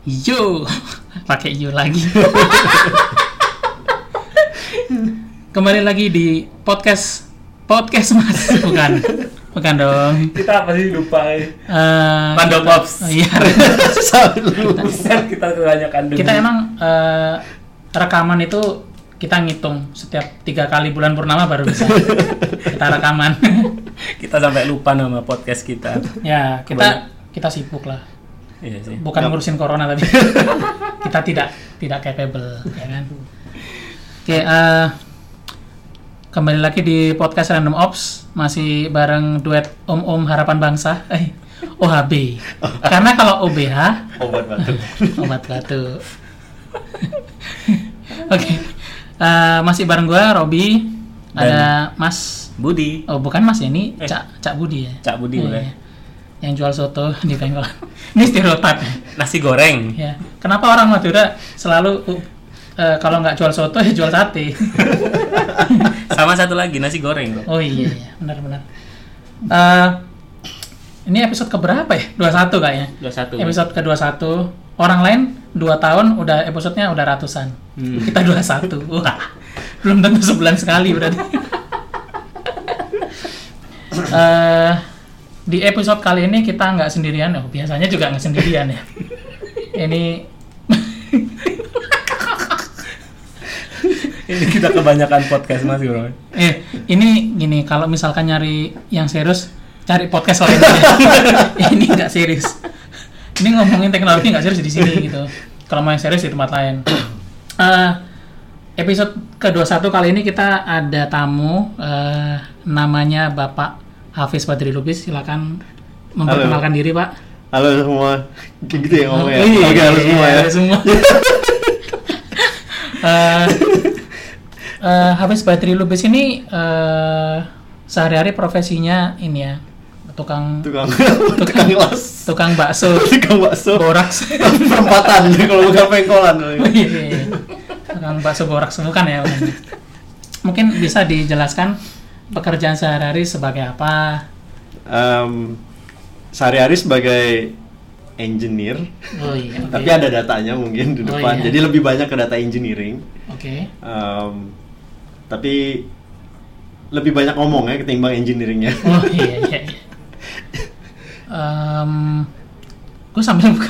Yo, pakai yo lagi. Kembali lagi di podcast Mas, bukan dong. Kita apa sih lupa? Random Pops. Iya. Kita kebanyakan dulu. Kita emang rekaman itu kita ngitung setiap 3 kali bulan purnama baru bisa kita rekaman. Kita sampai lupa nama podcast kita. Ya, kita sibuk lah. Iya sih. Bukan ngurusin corona tapi kita tidak capable, ya kan? Oke, kembali lagi di podcast Random Ops, masih bareng duet Om Harapan Bangsa, OHB. Karena kalau OBH obat batuk. Oke. Masih bareng gue Robi, ada Mas Budi. Oh, bukan Mas, ini Cak Budi ya. Cak Budi boleh. Yang jual soto di Pengkolan. Ini stereotip. Nasi goreng. Ya. Kenapa orang Madura selalu kalau nggak jual soto ya jual sate? Sama satu lagi nasi goreng. Oh iya, benar. Ini episode keberapa ya? 21 kayaknya. 21. Episode ke-21. Orang lain 2 tahun udah episodenya udah ratusan. Kita 21. Wah. Belum tentu sebulan sekali berarti. Di episode kali ini kita nggak sendirian. Biasanya juga nggak sendirian ya. Ini kita kebanyakan podcast Mas Bro. Ini gini, kalau misalkan nyari yang serius, cari podcast lain. Ini nggak serius. Ini ngomongin teknologi nggak serius di sini gitu. Kalau mau yang serius di tempat lain. Episode ke-21 kali ini kita ada tamu, namanya Bapak Hafiz Badri Lubis. Silakan memperkenalkan diri, Pak. Halo semua. Kayak gitu ya ngomongnya. Oke, halo semua ya. Halo semua. Hafiz Badri Lubis ini sehari-hari profesinya ini ya, tukang gelas. Tukang bakso. Boraks. Perempatan kalau bukan Pengkolan. Iya. Tukang bakso boraks bukan ya. Mungkin bisa dijelaskan pekerjaan sehari-hari sebagai apa? Sehari-hari sebagai engineer. Oh iya. Okay. Tapi ada datanya mungkin di depan. Iya. Jadi lebih banyak ke data engineering. Oke. Tapi lebih banyak ngomong ya ketimbang engineeringnya. Oh iya. Gue sambil buka.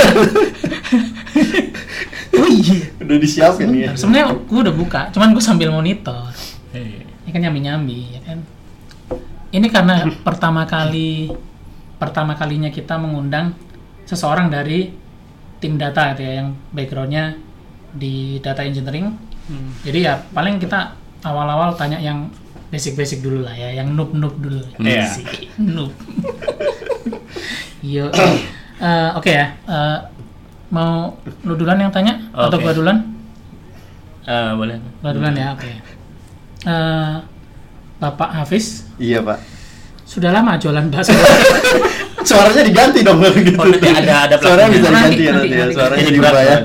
Oh iya. Udah disiapin ya. Sebenarnya gue udah buka, cuman gue sambil monitor. Ini kan nyambi ya kan. Ini karena pertama kalinya kita mengundang seseorang dari tim data gitu ya, yang backgroundnya di data engineering. Jadi ya paling kita awal-awal tanya yang basic dulu lah ya, yang noob dulu. Iya. Noob. Yo. Oke ya. Mau lu duluan yang tanya atau gua duluan? Boleh. Gua duluan ya, oke. Bapak Hafiz. Iya, Pak. Sudah lama jualan bakso. Suaranya diganti dong gitu. Oh, nanti ada suaranya bisa diganti nanti ya. Suaranya jadi dirubah ya.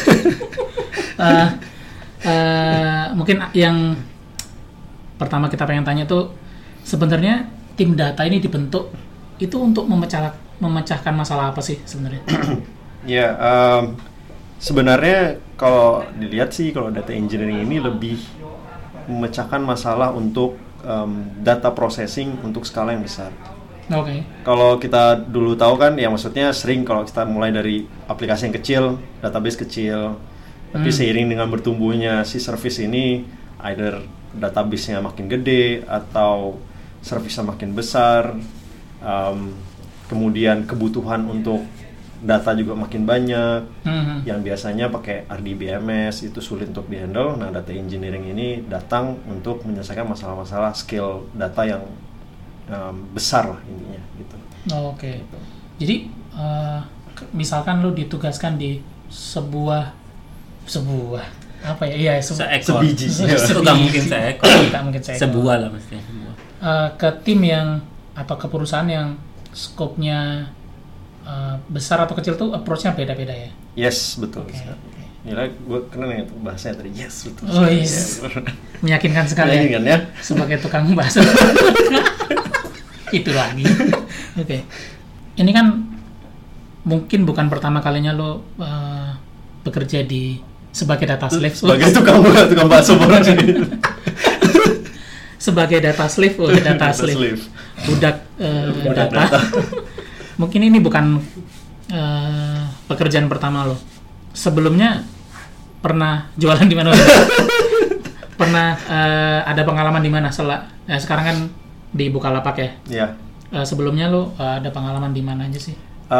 Mungkin yang pertama kita pengen tanya tuh, sebenarnya tim data ini dibentuk itu untuk memecahkan masalah apa sih sebenarnya? Ya, sebenarnya kalau dilihat sih, kalau data engineering ini lebih memecahkan masalah untuk data processing untuk skala yang besar. Oke. Kalau kita dulu tahu kan, ya maksudnya sering kalau kita mulai dari aplikasi yang kecil, database kecil, tapi seiring dengan bertumbuhnya si service ini, either database-nya makin gede atau service-nya makin besar, kemudian kebutuhan untuk data juga makin banyak, yang biasanya pakai RDBMS itu sulit untuk dihandle. Nah, data engineering ini datang untuk menyelesaikan masalah-masalah scale data yang besar lah intinya gitu. Oke. Jadi misalkan lu ditugaskan di sebuah apa ya? Iya, sebiji. Nggak mungkin seekor. Sebuah lah mestinya. Ke tim yang atau ke perusahaan yang skopnya besar atau kecil tuh approach-nya beda-beda ya? Yes, betul. Okay. Gila, gue keren ya bahasanya tadi. Yes, betul. Oh yes. Meyakinkan sekali ya. Sebagai tukang bakso. Itu lagi. Oke. Ini kan mungkin bukan pertama kalinya lo bekerja sebagai data slave. Sebagai tukang bakso boros ini. Sebagai data slave, data slave. Budak data. Mungkin ini bukan pekerjaan pertama lo. Sebelumnya pernah jualan di mana? Pernah ada pengalaman di mana? Sekarang kan di Bukalapak ya. Iya. Sebelumnya lo ada pengalaman di mana aja sih?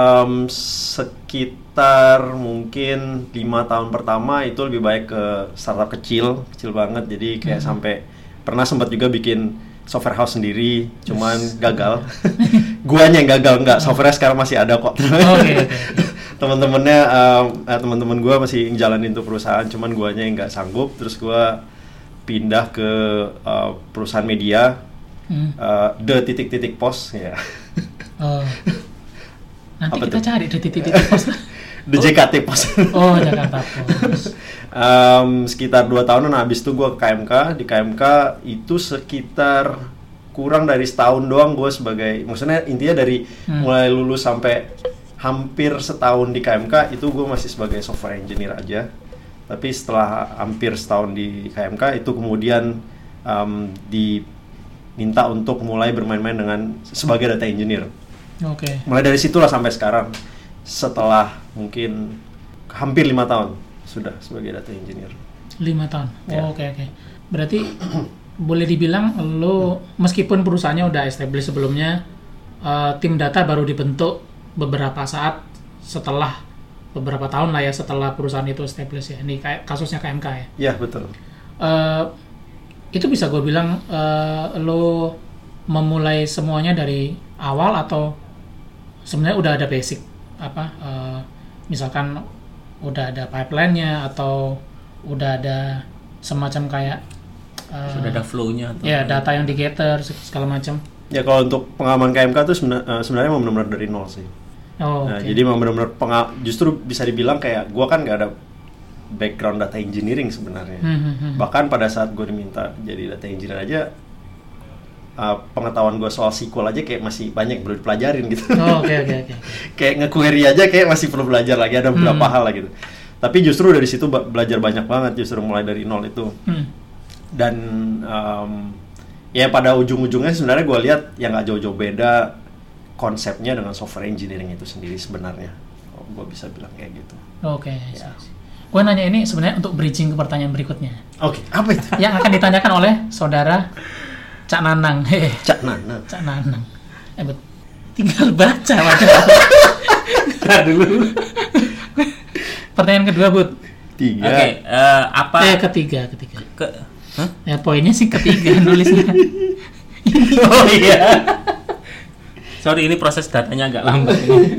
Sekitar mungkin 5 tahun pertama itu lebih baik ke startup kecil banget. Jadi kayak sampai pernah sempat juga bikin software house sendiri, cuman gagal. Guanya yang gagal, enggak. Software sekarang masih ada kok. Okay. Teman-teman gue masih jalanin tuh perusahaan, cuman guanya yang nggak sanggup. Terus gue pindah ke perusahaan media, The Post ya. Nanti apa kita tuh? cari The Post. The JKT Post. Oh, Jakarta Post. Sekitar 2 tahunan, habis itu gue ke KMK. Di KMK itu sekitar kurang dari setahun doang gue sebagai, maksudnya intinya dari mulai lulus sampai hampir setahun di KMK itu gue masih sebagai software engineer aja. Tapi setelah hampir setahun di KMK itu kemudian diminta untuk mulai bermain-main dengan sebagai data engineer. Oke. Mulai dari situlah sampai sekarang, setelah mungkin hampir 5 tahun sudah sebagai data engineer. 5 tahun. Ya. Oke. Berarti boleh dibilang lo meskipun perusahaannya udah established sebelumnya, tim data baru dibentuk beberapa saat setelah beberapa tahun lah ya, setelah perusahaan itu established ya. Ini kayak kasusnya KMK ya. Iya, betul. Itu bisa gue bilang lo memulai semuanya dari awal atau sebenarnya udah ada basic misalkan udah ada pipeline-nya atau udah ada semacam kayak sudah ada flow-nya atau ya data yang di-gather segala macam. Ya kalau untuk pengalaman KMK itu sebenarnya memang benar-benar dari nol sih. Jadi memang benar-benar justru bisa dibilang kayak gue kan nggak ada background data engineering sebenarnya. Bahkan pada saat gue diminta jadi data engineer aja, pengetahuan gue soal SQL aja kayak masih banyak perlu dipelajarin gitu. Oke. Kayak nge-query aja kayak masih perlu belajar lagi, ada beberapa hal lah gitu. Tapi justru dari situ belajar banyak banget, justru mulai dari nol itu. Dan ya pada ujung-ujungnya sebenarnya gue lihat yang nggak jauh-jauh beda konsepnya dengan software engineering itu sendiri sebenarnya. Gue bisa bilang kayak gitu. Oke. Ya. Gue nanya ini sebenarnya untuk bridging ke pertanyaan berikutnya. Oke, apa itu? Yang akan ditanyakan oleh saudara Cak Nanang. Cak Nanang. Tinggal baca aja. Ntar dulu. Pertanyaan kedua, Bud. 3. Oke, apa? Ketiga. Hah? Ya poinnya sih ketiga nulisnya. Oh iya. Sorry, ini proses datanya agak lambat.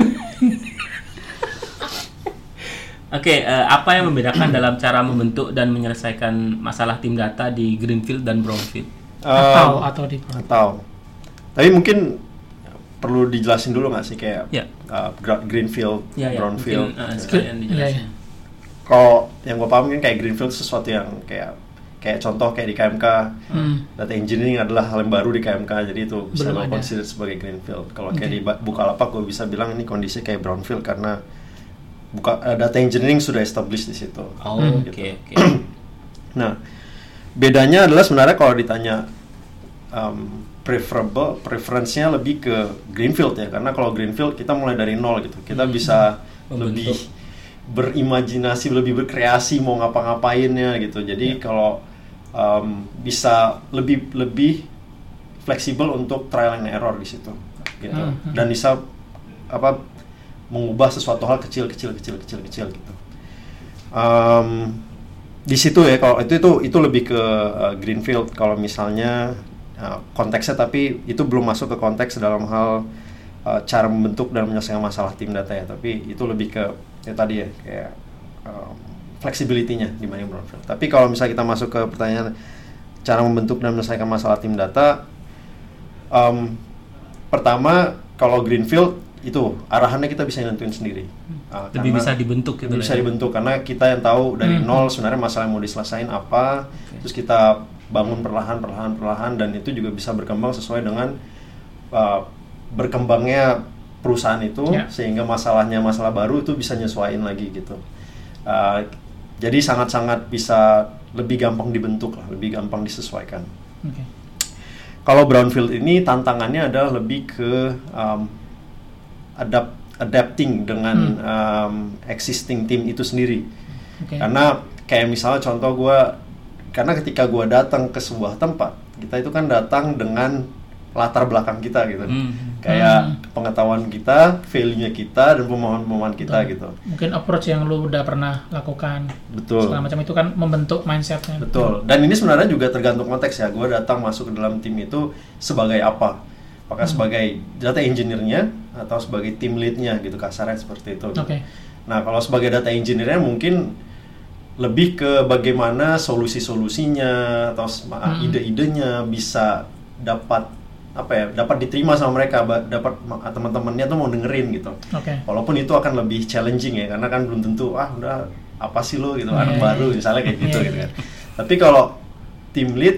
Oke, apa yang membedakan dalam cara membentuk dan menyelesaikan masalah tim data di Greenfield dan Brownfield? Atau Tapi mungkin perlu dijelasin dulu nggak sih kayak Greenfield, Brownfield. Sekalian dijelasin. Kalau yang gue paham kan kayak Greenfield sesuatu yang kayak contoh kayak di KMK, data engineering adalah hal yang baru di KMK, jadi itu bisa gue consider sebagai Greenfield. Kalau kayak di Bukalapak gue bisa bilang ini kondisi kayak Brownfield karena data engineering sudah established di situ. Oke. Nah, bedanya adalah sebenarnya kalau ditanya preference-nya lebih ke Greenfield ya, karena kalau Greenfield kita mulai dari nol gitu, kita bisa lebih berimajinasi, lebih berkreasi mau ngapa-ngapainnya gitu. Jadi kalau bisa lebih fleksibel untuk trial and error di situ gitu, dan bisa mengubah sesuatu hal kecil gitu. Di situ ya, kalau itu lebih ke Greenfield. Kalau misalnya konteksnya, tapi itu belum masuk ke konteks dalam hal cara membentuk dan menyelesaikan masalah tim data ya, tapi itu lebih ke tadi ya kayak flexibility-nya dibanding Brownfield. Tapi kalau misalnya kita masuk ke pertanyaan cara membentuk dan menyelesaikan masalah tim data, pertama kalau Greenfield itu arahannya kita bisa nentuin sendiri. Lebih bisa dibentuk gitu. Bisa dibentuk karena kita yang tahu dari nol sebenarnya masalah yang mau diselesain apa, terus kita bangun perlahan dan itu juga bisa berkembang sesuai dengan berkembangnya perusahaan itu, sehingga masalah baru itu bisa nyesuaiin lagi gitu. Jadi sangat-sangat bisa lebih gampang dibentuk lah, lebih gampang disesuaikan. Okay. Kalau brownfield ini tantangannya adalah lebih ke adapting dengan existing team itu sendiri. Okay. Karena kayak misalnya contoh karena ketika gue datang ke sebuah tempat, kita itu kan datang dengan latar belakang kita gitu. Kayak pengetahuan kita, value-nya kita, dan pemahaman kita gitu. Mungkin approach yang lu udah pernah lakukan. Betul. Segala macam itu kan membentuk mindset-nya. Betul. Dan ini sebenarnya juga tergantung konteks ya. Gue datang masuk ke dalam tim itu sebagai apa? Apakah sebagai data engineer-nya atau sebagai team lead-nya gitu, kasarnya seperti itu. Oke. Nah, kalau sebagai data engineer-nya mungkin lebih ke bagaimana solusi-solusinya atau ide-idenya bisa dapat diterima sama mereka, dapat teman-temannya tuh mau dengerin gitu. Walaupun itu akan lebih challenging ya, karena kan belum tentu udah apa sih lo gitu, anak baru misalnya kayak gitu gitu kan. Tapi kalau team lead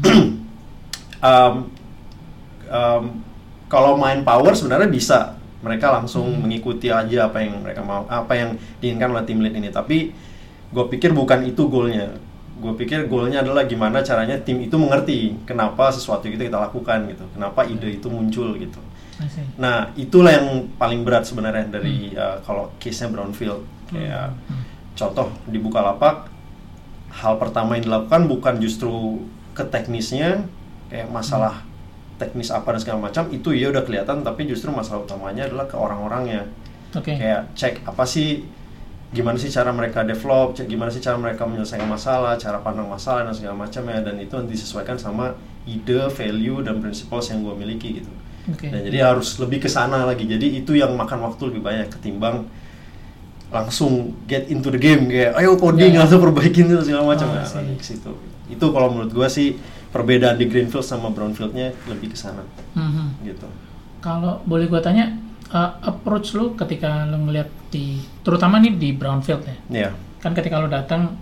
kalau main power sebenarnya bisa mereka langsung mengikuti aja apa yang mereka mau, apa yang diinginkan oleh team lead ini. Tapi gue pikir bukan itu goalnya. Gue pikir goalnya adalah gimana caranya tim itu mengerti kenapa sesuatu itu kita lakukan gitu, kenapa ide itu muncul gitu. Nah, itulah yang paling berat sebenarnya dari kalau case-nya brownfield. Kayak contoh di Bukalapak, hal pertama yang dilakukan bukan justru ke teknisnya, kayak masalah teknis apa dan segala macam, itu ya udah kelihatan, tapi justru masalah utamanya adalah ke orang-orangnya. Kayak cek apa sih, gimana sih cara mereka develop, gimana sih cara mereka menyelesaikan masalah, cara pandang masalah dan segala macam ya, dan itu disesuaikan sama ide, value dan principles yang gue miliki gitu. Dan jadi harus lebih ke sana lagi. Jadi itu yang makan waktu lebih banyak ketimbang langsung get into the game kayak ayo coding atau perbaikin itu segala macam ke situ. Itu kalau menurut gue sih perbedaan di greenfield sama brownfieldnya lebih ke sana. Gitu. Kalau boleh gue tanya, approach lu ketika lu ngeliat terutama nih di brownfield ya, kan ketika lu datang,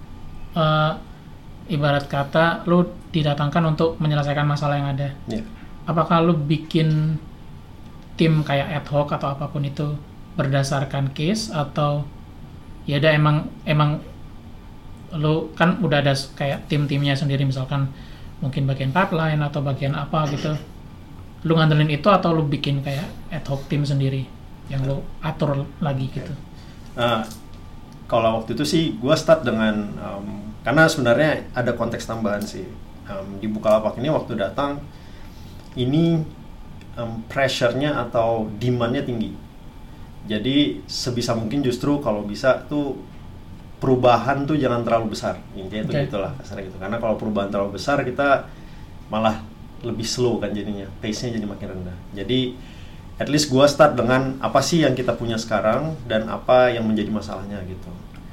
ibarat kata lu didatangkan untuk menyelesaikan masalah yang ada. Apakah lu bikin tim kayak ad hoc atau apapun itu berdasarkan case, atau ya udah emang lu kan udah ada kayak tim-timnya sendiri, misalkan mungkin bagian pipeline atau bagian apa gitu, lu ngandelin itu, atau lu bikin kayak ad hoc tim sendiri yang lu atur lagi gitu? Kalau waktu itu sih gue start dengan karena sebenarnya ada konteks tambahan sih. Di Bukalapak ini waktu datang ini pressure-nya atau demand-nya tinggi. Jadi sebisa mungkin justru kalau bisa tuh perubahan tuh jangan terlalu besar. Intinya itu gitulah kasarnya gitu. Karena kalau perubahan terlalu besar kita malah lebih slow kan jadinya, pace-nya jadi makin rendah. Jadi at least gue start dengan apa sih yang kita punya sekarang dan apa yang menjadi masalahnya gitu.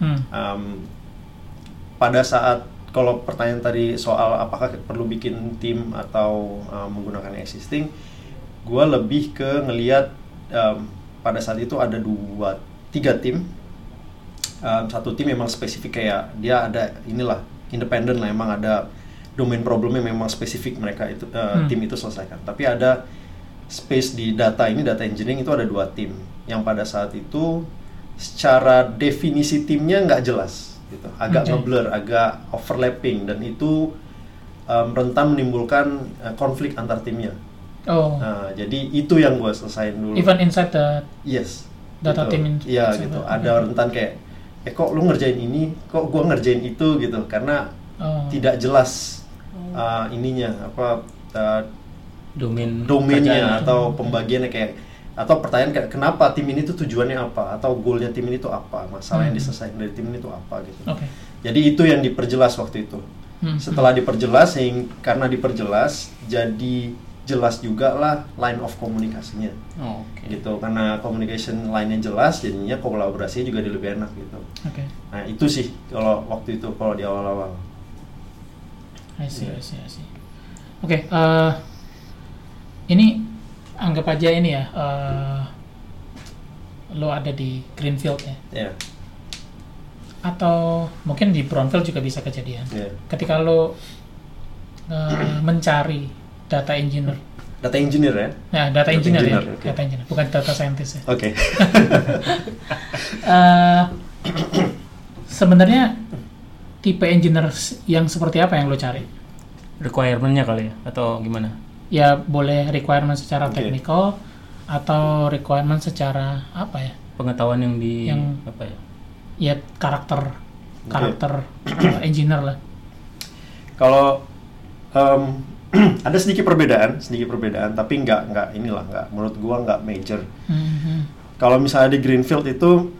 Pada saat kalau pertanyaan tadi soal apakah perlu bikin tim atau menggunakan existing, gue lebih ke ngelihat pada saat itu ada 3 tim. Satu tim memang spesifik kayak dia ada inilah independen lah, emang ada domain problemnya memang spesifik mereka itu tim itu selesaikan. Tapi ada space di data engineering itu ada 2 tim yang pada saat itu secara definisi timnya nggak jelas gitu, agak ngeblur, agak overlapping, dan itu rentan menimbulkan konflik antar timnya. Jadi itu yang gue selesain dulu. Even inside the data gitu. team. Iya gitu. Ada rentan kayak kok lu ngerjain ini, kok gue ngerjain itu gitu, karena tidak jelas ininya apa domainnya atau pembagiannya, kayak atau pertanyaan kayak kenapa tim ini tuh tujuannya apa, atau goalnya tim ini tuh apa, masalah yang diselesaikan dari tim ini tuh apa gitu. Jadi itu yang diperjelas waktu itu. Setelah diperjelas, karena diperjelas jadi jelas juga lah line of komunikasinya. Gitu, karena communication line-nya jelas, jadinya kolaborasinya juga lebih enak gitu. Nah itu sih kalau waktu itu, kalau di awal-awal. I see. Ini anggap aja ini ya, lo ada di greenfield ya. Atau mungkin di brownfield juga bisa kejadian. Ketika lo mencari data engineer. Data engineer ya? Ya, data engineer ya. Okay. Data engineer, bukan data scientist ya. Oke. Sebenarnya tipe engineer yang seperti apa yang lo cari? Requirement-nya kali ya atau gimana? Ya boleh requirement secara Oke. technical atau requirement secara apa ya? Pengetahuan yang apa ya? Ya karakter engineer lah. Kalau ada sedikit perbedaan, tapi nggak menurut gua nggak major. Kalau misalnya di Greenfield itu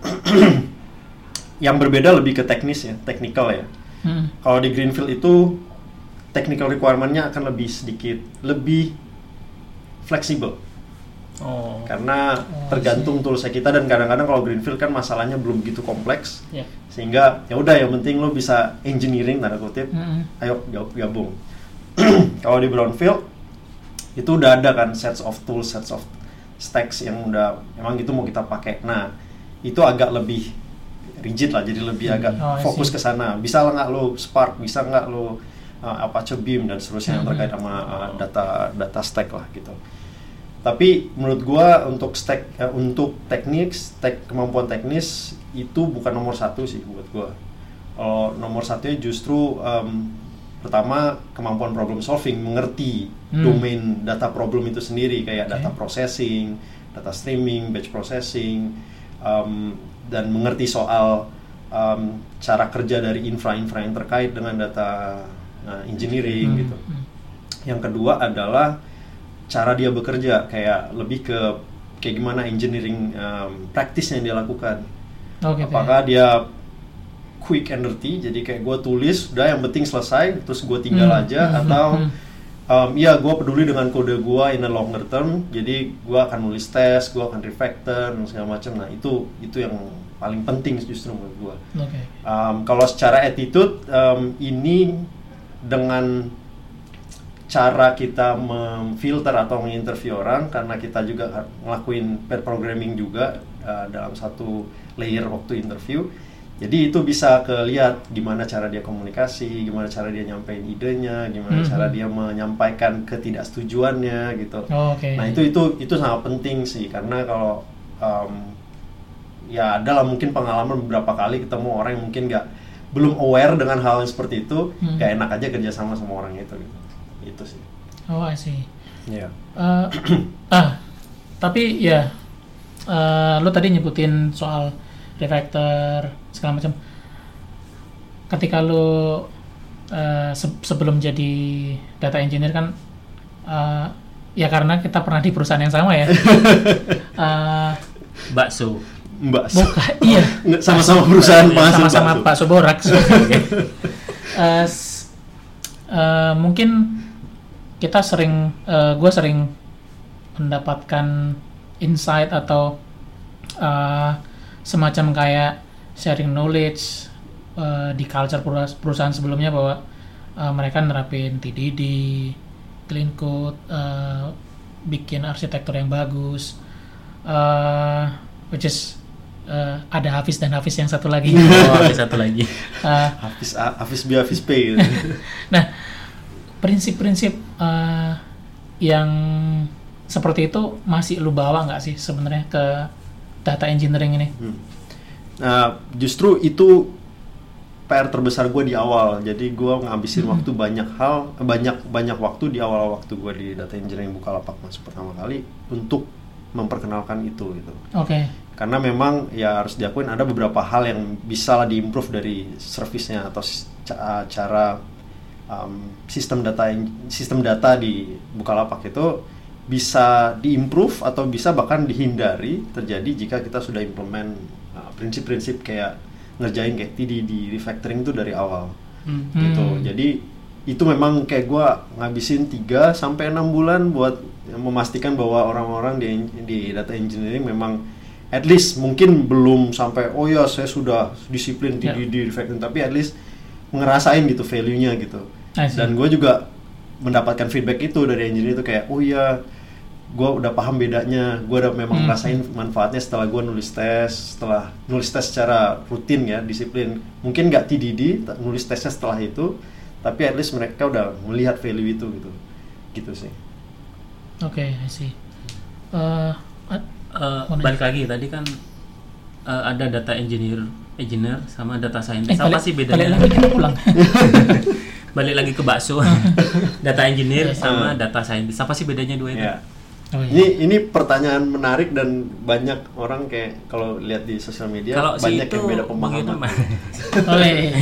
yang berbeda lebih ke teknis ya, technical ya. Kalau di Greenfield itu technical requirement-nya akan lebih fleksibel. Karena tergantung toolsnya kita, dan kadang-kadang kalau Greenfield kan masalahnya belum begitu kompleks, sehingga ya udah yang penting lo bisa engineering tanda kutip, ayo gabung. Kalau di Brownfield itu udah ada kan sets of tools, sets of stacks yang udah emang gitu mau kita pakai. Nah itu agak lebih rigid lah, jadi lebih agak fokus ke sana. Bisa nggak lo Spark, bisa nggak lo Apache Beam dan seterusnya yang terkait sama data stack lah gitu. Tapi menurut gua untuk kemampuan teknis itu bukan nomor satu sih buat gua. Nomor satunya justru pertama kemampuan problem solving, mengerti domain data problem itu sendiri, kayak data processing, data streaming, batch processing, dan mengerti soal cara kerja dari infra-infra yang terkait dengan data engineering gitu. Yang kedua adalah cara dia bekerja, kayak lebih kayak gimana engineering practice yang dia lakukan. Apakah dia quick and dirty, jadi kayak gue tulis udah yang penting selesai terus gue tinggal aja, atau ya gue peduli dengan kode gue in a longer term, jadi gue akan nulis tes, gue akan refactor dan segala macam. Nah itu yang paling penting justru menurut gue. Kalau secara attitude ini dengan cara kita memfilter atau menginterview orang, karena kita juga ngelakuin pair programming juga dalam satu layer waktu interview. Jadi itu bisa kelihat gimana cara dia komunikasi, gimana cara dia nyampein idenya, gimana cara dia menyampaikan ketidaksetujuannya gitu. Nah itu sangat penting sih, karena kalau ya adalah mungkin pengalaman beberapa kali ketemu orang yang mungkin belum aware dengan hal yang seperti itu, gak enak aja kerja sama orang itu gitu. Itu sih. I see. Iya. Tapi ya lo tadi nyebutin soal refactor segala macam. Ketika lo sebelum jadi data engineer kan, ya karena kita pernah di perusahaan yang sama ya. Bakso. Bukan, iya. Sama-sama perusahaan penghasil sama-sama bakso borak. Mungkin kita gue sering mendapatkan insight atau semacam kayak sharing knowledge di culture perusahaan sebelumnya, bahwa mereka nerapin TDD, clean code, bikin arsitektur yang bagus, which is ada Hafiz dan Hafiz yang satu lagi. Ada satu lagi. Hafiz B, Hafiz P. Gitu. Nah, prinsip-prinsip yang seperti itu masih lu bawa nggak sih sebenarnya ke data engineering ini? Nah, justru itu PR terbesar gue di awal. Jadi gue ngabisin waktu banyak waktu di awal waktu gue di data engineering Bukalapak masuk pertama kali untuk memperkenalkan itu gitu. Karena memang ya harus diakuin ada beberapa hal yang bisa lah diimprove dari service-nya atau cara sistem data di Bukalapak itu bisa diimprove atau bisa bahkan dihindari terjadi jika kita sudah implement prinsip-prinsip kayak ngerjain kayak TDD, refactoring itu dari awal gitu. Jadi itu memang kayak gue ngabisin 3-6 bulan buat memastikan bahwa orang-orang di data engineering memang at least mungkin belum sampai oh ya saya sudah disiplin TDD, refactoring, tapi at least ngerasain gitu value-nya gitu. Dan gue juga mendapatkan feedback itu dari engineer itu kayak oh ya gue udah paham bedanya, gue udah memang ngerasain manfaatnya setelah gue nulis tes secara rutin ya, disiplin. Mungkin nggak TDD, nulis tesnya setelah itu, tapi at least mereka udah melihat value itu gitu sih. Oke, I see. Balik lagi tadi kan ada data engineer sama data scientist. Apa sih bedanya? Balik lagi kita pulang. Balik lagi ke bakso. Data engineer sama data scientist. Apa sih bedanya dua itu? Ya. Oh, iya. Ini pertanyaan menarik dan banyak orang kayak kalau lihat di sosial media Kalau banyak si yang beda pemahaman. Oh, iya.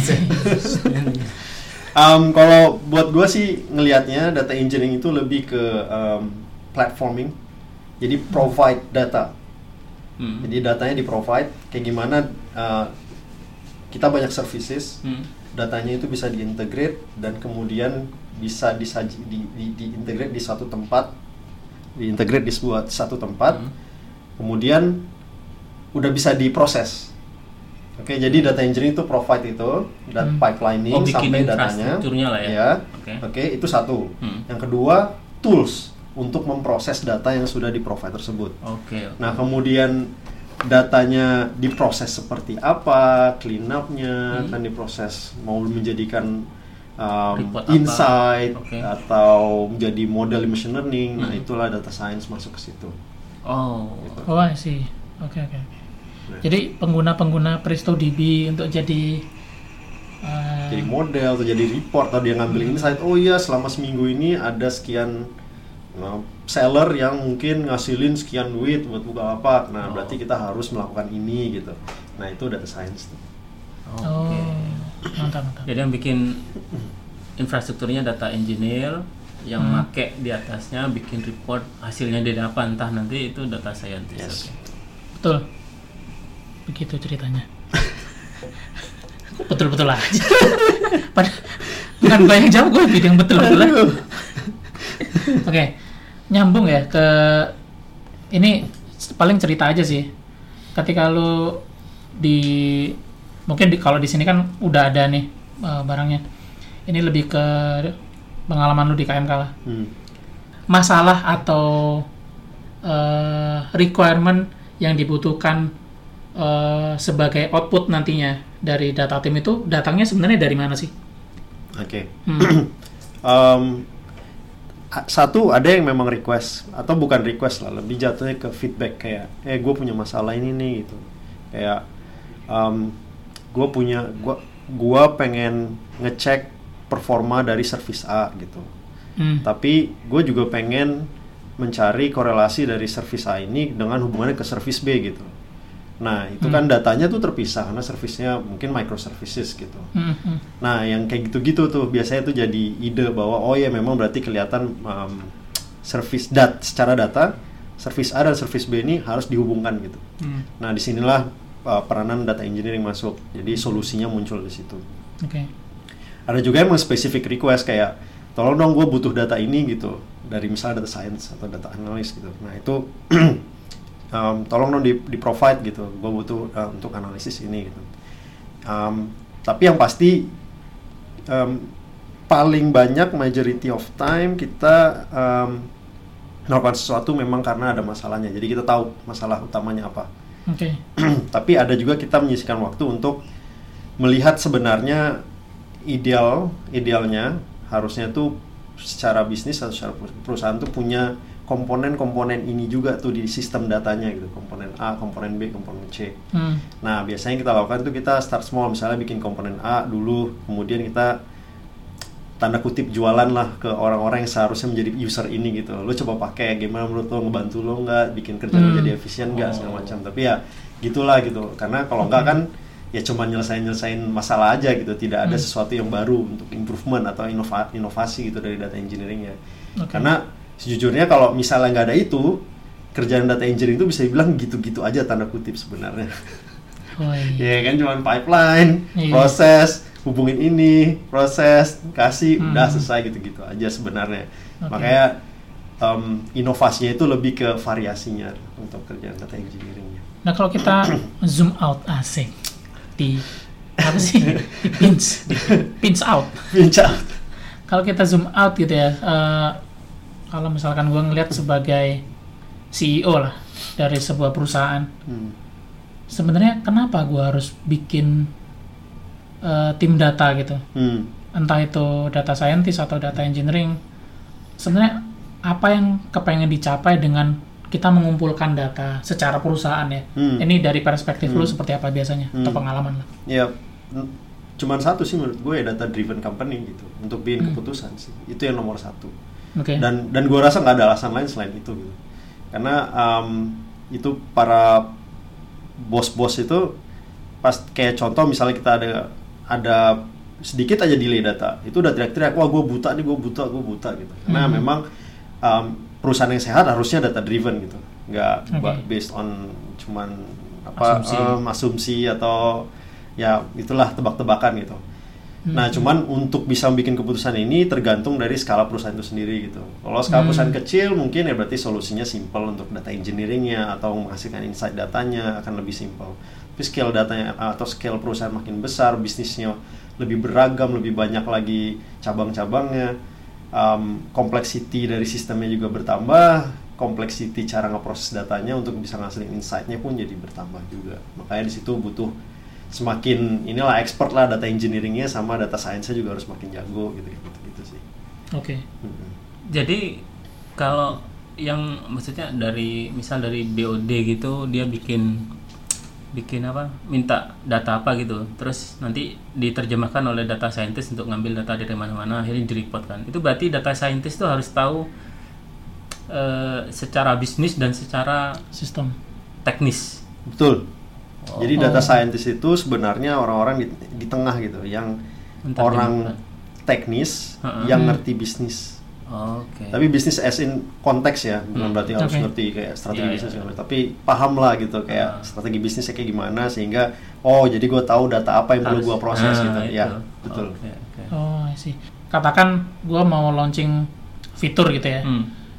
Kalau buat gue sih ngelihatnya data engineering itu lebih ke platforming, jadi provide data. Jadi datanya di provide kayak gimana kita banyak services, datanya itu bisa diintegrate dan kemudian bisa diintegrate di satu tempat. Diintegrate di satu tempat, kemudian udah bisa diproses. Oke, jadi data engineering itu provide itu dan pipelining sampai datanya. Lah ya. Oke, itu satu. Yang kedua, tools untuk memproses data yang sudah di-provide tersebut. Oke. Nah, kemudian datanya diproses seperti apa, clean up-nya kan diproses mau menjadikan insight atau menjadi model machine learning. Nah, itulah data science masuk ke situ. Gitu. Oh, I see. Oke. Nah. Jadi pengguna PrestoDB untuk jadi model atau jadi report atau dia ngambil insight. Oh iya, selama seminggu ini ada sekian seller yang mungkin ngasilin sekian duit buat buka apa. Nah, berarti kita harus melakukan ini gitu. Nah, itu data science tuh. Mantap. Jadi yang bikin infrastrukturnya data engineer, yang make di atasnya bikin report hasilnya dia dapat, entah nanti itu data scientist. Yes. Betul. Begitu ceritanya. Betul-betul aja. Bukan gue yang jawab, gue yang betul-betul aja. Oke, nyambung ya ke ini paling cerita aja sih. Ketika lu kalau di sini kan udah ada nih barangnya. Ini lebih ke pengalaman lu di KMK lah. Masalah atau requirement yang dibutuhkan sebagai output nantinya dari data tim itu datangnya sebenarnya dari mana sih? Oke. Satu, ada yang memang request atau bukan request lah, lebih jatuhnya ke feedback kayak gue punya masalah ini nih gitu. Kayak gue pengen ngecek performa dari service A gitu. Tapi gue juga pengen mencari korelasi dari service A ini dengan hubungannya ke service B gitu. Nah, itu kan datanya tuh terpisah karena service-nya mungkin microservices gitu. Nah, yang kayak gitu-gitu tuh biasanya tuh jadi ide bahwa oh ya memang berarti kelihatan secara data service A dan service B ini harus dihubungkan gitu. Nah, disinilah peranan data engineering masuk. Jadi solusinya muncul di situ. Ada juga yang spesifik request kayak tolong dong gue butuh data ini gitu dari misalnya data science atau data analyst gitu. Nah, itu tolong dong di provide gitu, gue butuh untuk analisis ini gitu. Tapi yang pasti paling banyak majority of time kita melakukan sesuatu memang karena ada masalahnya, jadi kita tahu masalah utamanya apa. Tapi ada juga kita menyisihkan waktu untuk melihat sebenarnya idealnya harusnya tuh secara bisnis atau secara perusahaan tuh punya komponen-komponen ini juga tuh di sistem datanya gitu, komponen A, komponen B, komponen C. Nah, biasanya kita lakukan tuh kita start small, misalnya bikin komponen A dulu, kemudian kita tanda kutip jualan lah ke orang-orang yang seharusnya menjadi user ini gitu. Lo coba pakai, gimana menurut lo, ngebantu lo nggak, bikin kerja lo jadi efisien nggak, segala macam. Tapi ya gitulah gitu, karena kalau nggak kan ya cuma nyelesain masalah aja gitu, tidak ada sesuatu yang baru untuk improvement atau inovasi gitu dari data engineering ya. Karena sejujurnya kalau misalnya nggak ada itu, kerjaan data engineering itu bisa dibilang gitu-gitu aja tanda kutip sebenarnya. Ya kan cuma pipeline, proses, hubungin ini, proses, kasih, udah selesai gitu-gitu aja sebenarnya. Makanya inovasinya itu lebih ke variasinya untuk kerjaan data engineering. Nah, kalau kita zoom out asik di apa sih? Di pinch out. Kalau kita zoom out gitu ya. Kalau misalkan gue ngelihat sebagai CEO lah dari sebuah perusahaan, sebenarnya kenapa gue harus bikin tim data gitu? Entah itu data scientist atau data engineering, sebenarnya apa yang kepengen dicapai dengan kita mengumpulkan data secara perusahaan ya? Ini dari perspektif lu seperti apa biasanya atau pengalaman lu? Ya, cuman satu sih menurut gue ya, data driven company gitu untuk bikin keputusan sih. Itu yang nomor satu. Okay. Dan gue rasa nggak ada alasan lain selain itu gitu. Karena itu para bos-bos itu pas kayak contoh misalnya kita ada sedikit aja delay data, itu udah teriak-teriak, wah gue buta gue buta gitu. Karena memang perusahaan yang sehat harusnya data driven gitu, nggak based on cuman asumsi atau ya itulah tebak-tebakan gitu. Nah cuman untuk bisa bikin keputusan ini tergantung dari skala perusahaan itu sendiri gitu. Kalau skala perusahaan kecil mungkin ya berarti solusinya simple untuk data engineeringnya atau menghasilkan insight datanya akan lebih simple. Tapi scale datanya atau scale perusahaan makin besar, bisnisnya lebih beragam, lebih banyak lagi cabang-cabangnya, complexity dari sistemnya juga bertambah, complexity cara ngeproses datanya untuk bisa ngasilin insight-nya pun jadi bertambah juga. Makanya di situ butuh semakin inilah expert lah, data engineering-nya sama data science-nya juga harus makin jago gitu sih. Oke. Jadi kalau yang maksudnya dari misal dari BOD gitu dia bikin apa, minta data apa gitu, terus nanti diterjemahkan oleh data scientist untuk ngambil data dari mana-mana, akhirnya direport kan. Itu berarti data scientist tuh harus tahu secara bisnis dan secara sistem teknis. Betul. Jadi data scientist itu sebenarnya orang-orang di tengah gitu, yang orang teknis yang ngerti bisnis. Tapi bisnis as in konteks ya, bukan berarti harus ngerti kayak strategi bisnis, tapi paham lah gitu kayak strategi bisnisnya kayak gimana sehingga jadi gue tahu data apa yang perlu gue proses gitu. Ya, betul. I see. Katakan gue mau launching fitur gitu ya.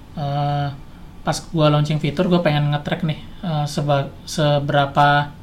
Pas gue launching fitur, gue pengen nge-track nih seberapa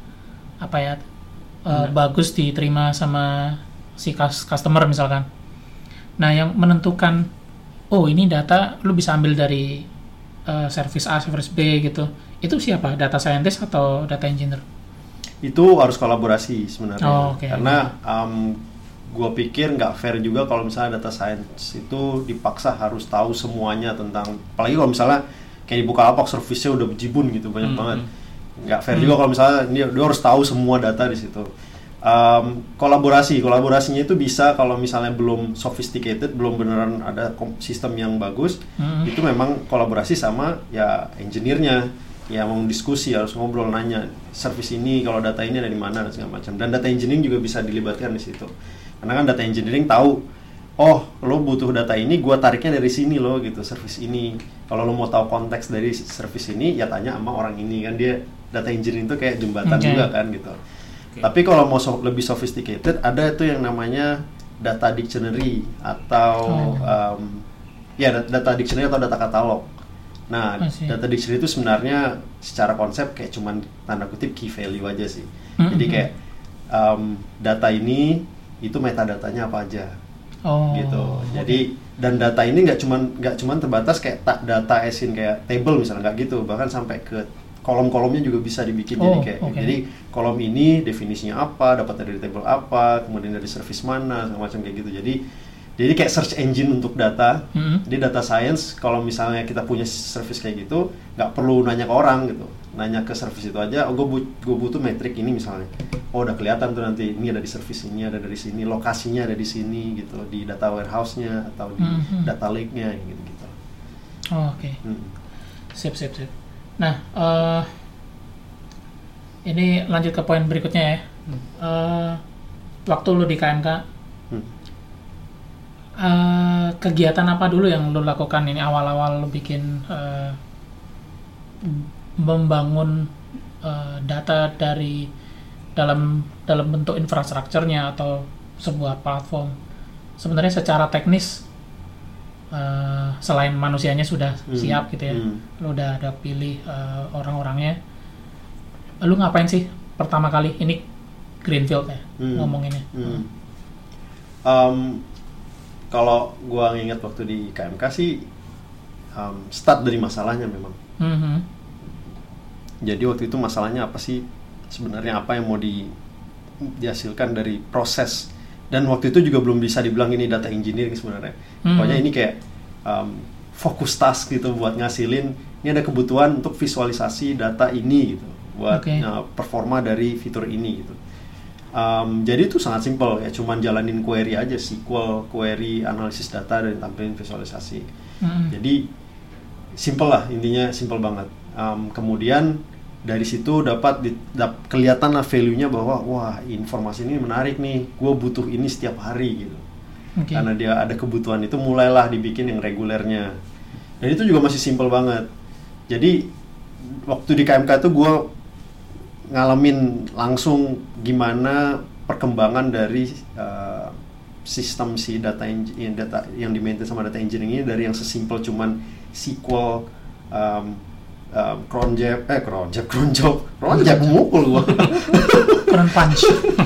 bagus diterima sama si customer misalkan. Nah, yang menentukan ini data lu bisa ambil dari service A, service B gitu. Itu siapa? Data scientist atau data engineer? Itu harus kolaborasi sebenarnya. Okay. Karena gue pikir nggak fair juga kalau misalnya data science itu dipaksa harus tahu semuanya tentang, apalagi kalau misalnya kayak di Bukalapak service-nya udah bejibun gitu, banyak banget. Nggak fair juga kalau misalnya dia harus tahu semua data di situ. Kolaborasinya itu bisa kalau misalnya belum sophisticated, belum beneran ada sistem yang bagus, itu memang kolaborasi sama ya engineer-nya, ya mau diskusi, harus ngobrol, nanya service ini kalau data ini dari mana dan segala macam. Dan data engineering juga bisa dilibatkan di situ, karena kan data engineering tahu, lo butuh data ini, gua tariknya dari sini lo gitu, service ini. Kalau lo mau tahu konteks dari service ini, ya tanya sama orang ini kan, dia data engineering itu kayak jembatan juga kan gitu. Tapi kalau mau lebih sophisticated, ada itu yang namanya data dictionary atau data dictionary atau data katalog. Nah, data dictionary itu sebenarnya secara konsep kayak cuman tanda kutip key value aja sih. Jadi kayak data ini itu metadatanya apa aja, gitu. Jadi dan data ini nggak cuman terbatas kayak data as in kayak table misalnya, nggak gitu, bahkan sampai ke kolom-kolomnya juga bisa dibikin. Jadi kolom ini definisinya apa, dapat dari table apa, kemudian dari service mana, macam kayak gitu. Jadi kayak search engine untuk data. Jadi data science kalau misalnya kita punya service kayak gitu, nggak perlu nanya ke orang gitu, nanya ke service itu aja. Gue butuh metrik ini misalnya. Udah kelihatan tuh nanti ini ada di service ini, ada dari sini, lokasinya ada di sini gitu, di data warehouse-nya atau di data lake-nya gitu. Oke. Sip. Nah, ini lanjut ke poin berikutnya ya. Waktu lu di KMK, kegiatan apa dulu yang lu lakukan ini awal-awal lu bikin membangun data dari dalam bentuk infrastrukturnya atau sebuah platform? Sebenarnya secara teknis selain manusianya sudah siap gitu ya, lu udah ada pilih orang-orangnya, lu ngapain sih pertama kali ini greenfield ya ngomonginnya? Kalau gua nginget waktu di KMK sih start dari masalahnya memang. Jadi waktu itu masalahnya apa sih sebenarnya, apa yang mau dihasilkan dari proses. Dan waktu itu juga belum bisa dibilang ini data engineering sebenarnya. Pokoknya ini kayak fokus task gitu buat ngasilin ini ada kebutuhan untuk visualisasi data ini gitu buat performa dari fitur ini gitu. Jadi itu sangat simpel ya, cuman jalanin query aja, SQL query analisis data dan tampilin visualisasi. Jadi simple lah, intinya simple banget. Kemudian dari situ dapat kelihatan lah value-nya bahwa wah informasi ini menarik nih, gue butuh ini setiap hari gitu. Karena dia ada kebutuhan itu mulailah dibikin yang regulernya. Dan itu juga masih simple banget. Jadi waktu di KMK itu gue ngalamin langsung gimana perkembangan dari sistem si data yang di-maintain sama data engineering ini, dari yang sesimpel cuman SQL, cron job mukul gua. Cron punch.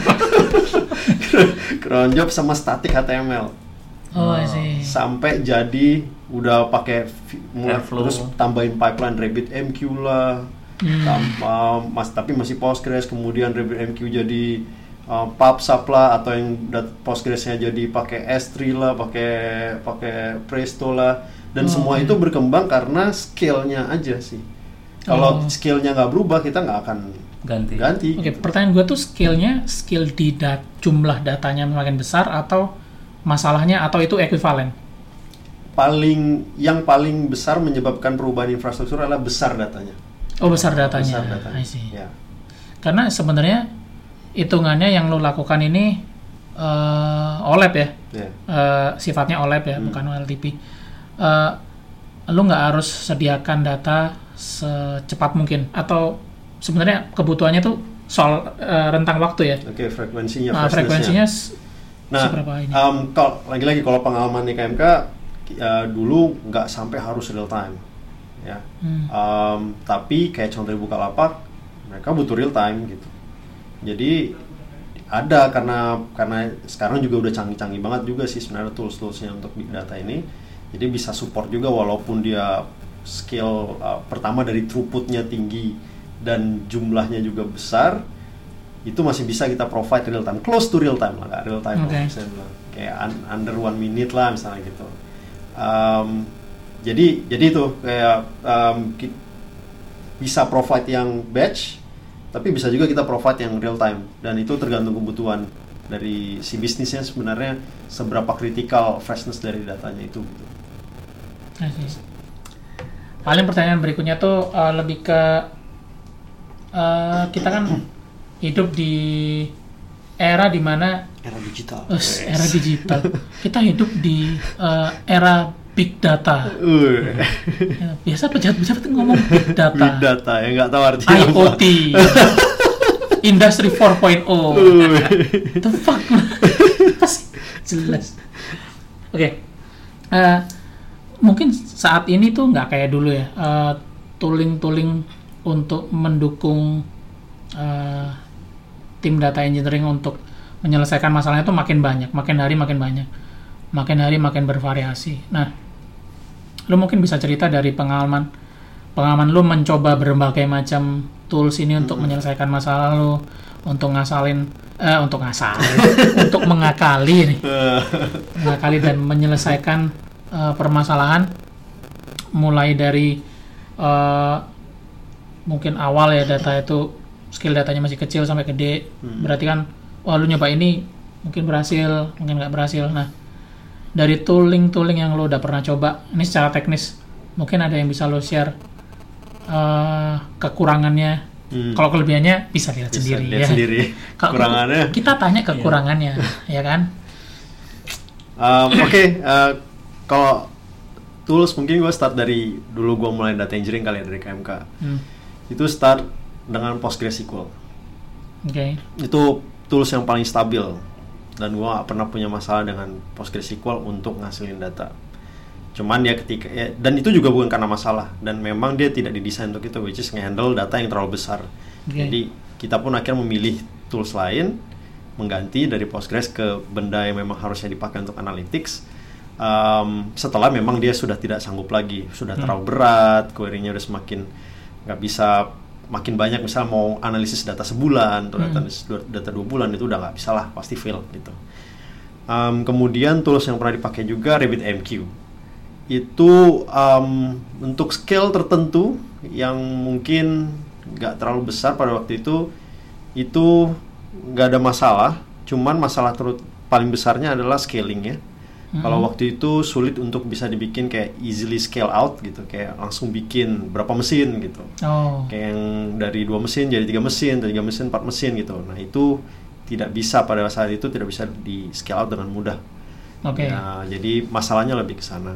Cron job sama static HTML. Sampai jadi udah pakai terus tambahin pipeline RabbitMQ lah. Tapi masih Postgres, kemudian RabbitMQ jadi PubSub lah, atau yang Postgresnya jadi pakai S3 lah, pakai Presto lah, dan semua itu berkembang karena scale-nya aja sih. Kalau scale-nya nggak berubah, kita nggak akan ganti. Oke, pertanyaan gue tuh skill di jumlah datanya makin besar, atau masalahnya, atau itu ekuivalen? Yang paling besar menyebabkan perubahan infrastruktur adalah besar datanya. Besar datanya. I see. Ya. Karena sebenarnya hitungannya yang lo lakukan ini OLAP ya, sifatnya OLAP ya, bukan OLTP. Lo nggak harus sediakan data secepat mungkin, atau sebenarnya kebutuhannya tuh soal rentang waktu ya. Frekuensinya seberapa ini? Lagi-lagi kalau pengalaman di KMK dulu nggak sampai harus real time. Ya, tapi kayak contoh di Bukalapak, mereka butuh real time gitu. Jadi ada karena sekarang juga udah canggih-canggih banget juga sih sebenarnya tools-toolsnya untuk big data ini. Jadi bisa support juga walaupun dia scale pertama dari throughputnya tinggi dan jumlahnya juga besar, itu masih bisa kita provide real time, close to real time lah, nggak real time saya bilang, kayak under 1 minute lah misalnya gitu. Jadi itu kayak bisa provide yang batch, tapi bisa juga kita provide yang real time, dan itu tergantung kebutuhan dari si bisnisnya sebenarnya seberapa kritikal freshness dari datanya itu. Paling pertanyaan berikutnya tuh lebih ke kita kan hidup di era dimana digital. Era digital. Kita hidup di era big data. Biasa pejabat-pejabat ngomong big data. Big data, ya nggak tahu artinya IoT. Industry 4.0. The fuck? Jelas. Oke. Mungkin saat ini tuh nggak kayak dulu ya. Tooling untuk mendukung tim data engineering untuk menyelesaikan masalahnya itu makin banyak, makin hari makin bervariasi. Nah, lu mungkin bisa cerita dari pengalaman lu mencoba berbagai macam tools ini untuk menyelesaikan masalah lu, untuk mengakali dan menyelesaikan permasalahan, mulai dari mungkin awal ya data itu skill datanya masih kecil sampai gede. Berarti kan lu nyoba ini mungkin berhasil, mungkin nggak berhasil. Nah, dari tooling yang lo udah pernah coba, ini secara teknis mungkin ada yang bisa lo share kekurangannya. Kalau kelebihannya bisa lihat sendiri. Kekurangannya kita tanya kekurangannya. Ya kan? Kalau tools mungkin gue start dari dulu gue mulai data engineering kali ya, dari KMK. Itu start dengan PostgreSQL. Itu tools yang paling stabil, dan gue gak pernah punya masalah dengan PostgreSQL untuk ngasilin data. Cuman ya dan itu juga bukan karena masalah, dan memang dia tidak didesain untuk itu, which is nge-handle data yang terlalu besar. Jadi kita pun akhirnya memilih tools lain, mengganti dari Postgres ke benda yang memang harusnya dipakai untuk analytics. Setelah memang dia sudah tidak sanggup lagi, sudah terlalu berat, query-nya udah semakin nggak bisa, makin banyak, misal mau analisis data sebulan atau data 2 bulan, itu udah nggak bisa lah, pasti fail gitu. Kemudian tools yang pernah dipakai juga RabbitMQ. itu untuk scale tertentu yang mungkin nggak terlalu besar pada waktu itu nggak ada masalah. Cuman masalah paling besarnya adalah scalingnya. Kalau waktu itu sulit untuk bisa dibikin kayak easily scale out gitu, kayak langsung bikin berapa mesin gitu. Kayak yang dari 2 mesin jadi 3 mesin, dari 3 mesin 4 mesin gitu. Nah itu tidak bisa pada saat itu, tidak bisa di scale out dengan mudah. Nah, jadi masalahnya lebih ke sana.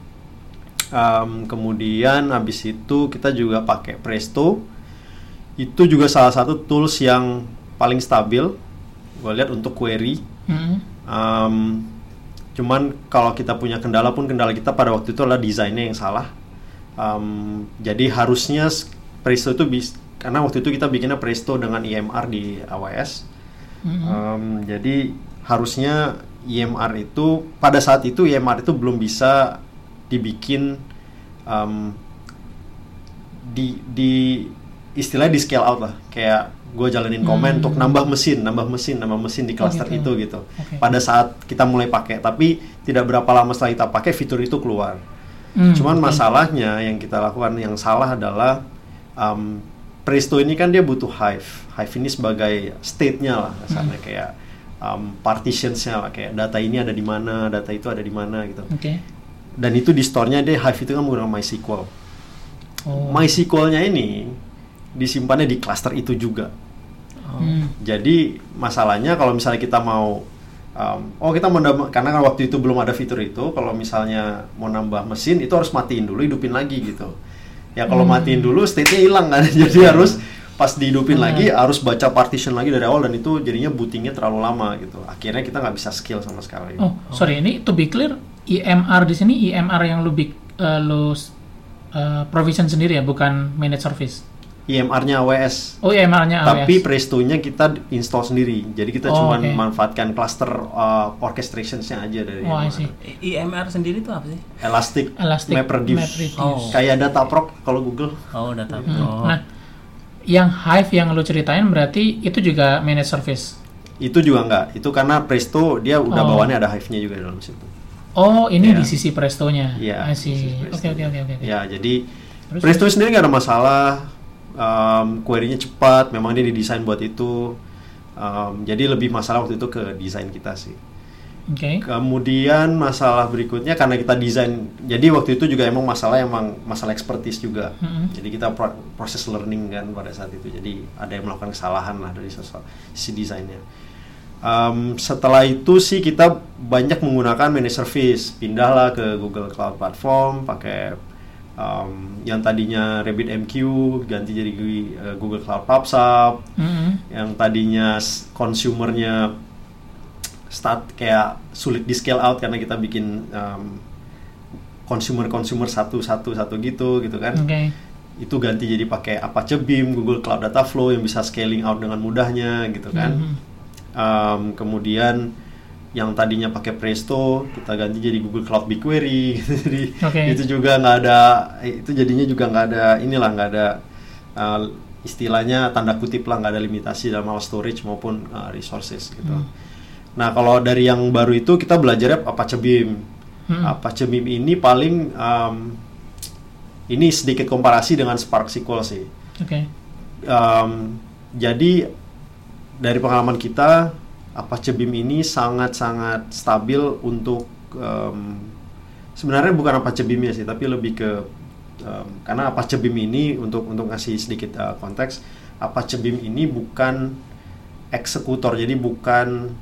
Kemudian habis itu kita juga pakai Presto. Itu juga salah satu tools yang paling stabil. Gue lihat untuk query. Cuman kalau kita punya kendala kita pada waktu itu adalah desainnya yang salah. Jadi harusnya Presto itu karena waktu itu kita bikinnya Presto dengan EMR di AWS. Jadi harusnya EMR itu pada saat itu EMR itu belum bisa dibikin di istilahnya di scale out lah, kayak gue jalanin komen untuk nambah mesin di cluster itu gitu. Pada saat kita mulai pakai, tapi tidak berapa lama setelah kita pakai fitur itu keluar. Cuman masalahnya yang kita lakukan yang salah adalah Presto ini kan dia butuh Hive ini sebagai state-nya lah, misalnya kayak partitions-nya lah, kayak data ini ada di mana, data itu ada di mana gitu. Dan itu di store-nya dia Hive itu kan menggunakan MySQL. MySQL-nya ini disimpannya di cluster itu juga. Jadi masalahnya kalau misalnya kita mau kita mau nambah, karena kan waktu itu belum ada fitur itu, kalau misalnya mau nambah mesin itu harus matiin dulu, hidupin lagi gitu. Ya kalau matiin dulu state-nya hilang kan. Jadi harus pas dihidupin lagi harus baca partition lagi dari awal, dan itu jadinya bootingnya terlalu lama gitu. Akhirnya kita nggak bisa scale sama sekali. Sorry, ini to be clear, EMR di sini EMR yang lu provision sendiri ya, bukan managed service. EMR-nya AWS. EMR-nya AWS. Tapi Presto-nya kita install sendiri. Jadi kita cuma manfaatkan cluster orchestrations-nya aja dari EMR. EMR sendiri itu apa sih? Elastic MapReduce. Kayak Dataproc kalau Google. Dataproc. Nah, yang Hive yang lu ceritain berarti itu juga managed service? Itu juga enggak. Itu karena Presto dia udah bawaannya ada Hive-nya juga dalam situ. Ini di sisi Presto-nya. Iya. Oke. Ya, jadi Presto sendiri nggak ada masalah. Query-nya cepat, memang dia didesain buat itu. Jadi lebih masalah waktu itu ke desain kita sih. Kemudian masalah berikutnya karena kita desain, jadi waktu itu juga emang masalah expertise juga. Jadi kita proses learning kan pada saat itu. Jadi ada yang melakukan kesalahan lah dari sisi desainnya. Setelah itu sih kita banyak menggunakan managed service, pindahlah ke Google Cloud Platform, pakai yang tadinya RabbitMQ ganti jadi Google Cloud PubSub. Yang tadinya consumernya kayak sulit di scale out karena kita bikin consumer satu gitu kan. Itu ganti jadi pakai Apache Beam, Google Cloud Data Flow yang bisa scaling out dengan mudahnya gitu kan. Kemudian yang tadinya pakai Presto kita ganti jadi Google Cloud BigQuery gitu. Jadi itu juga nggak ada, itu jadinya juga nggak ada istilahnya tanda kutip lah, nggak ada limitasi dalam hal storage maupun resources gitu. Nah kalau dari yang baru itu kita belajar Apache Beam. Apache Beam ini paling ini sedikit komparasi dengan Spark SQL sih. Jadi dari pengalaman kita Apache Beam ini sangat-sangat stabil untuk sebenarnya bukan Apache Beam-nya sih, tapi lebih ke karena Apache Beam ini untuk ngasih sedikit konteks, Apache Beam ini bukan eksekutor, jadi bukan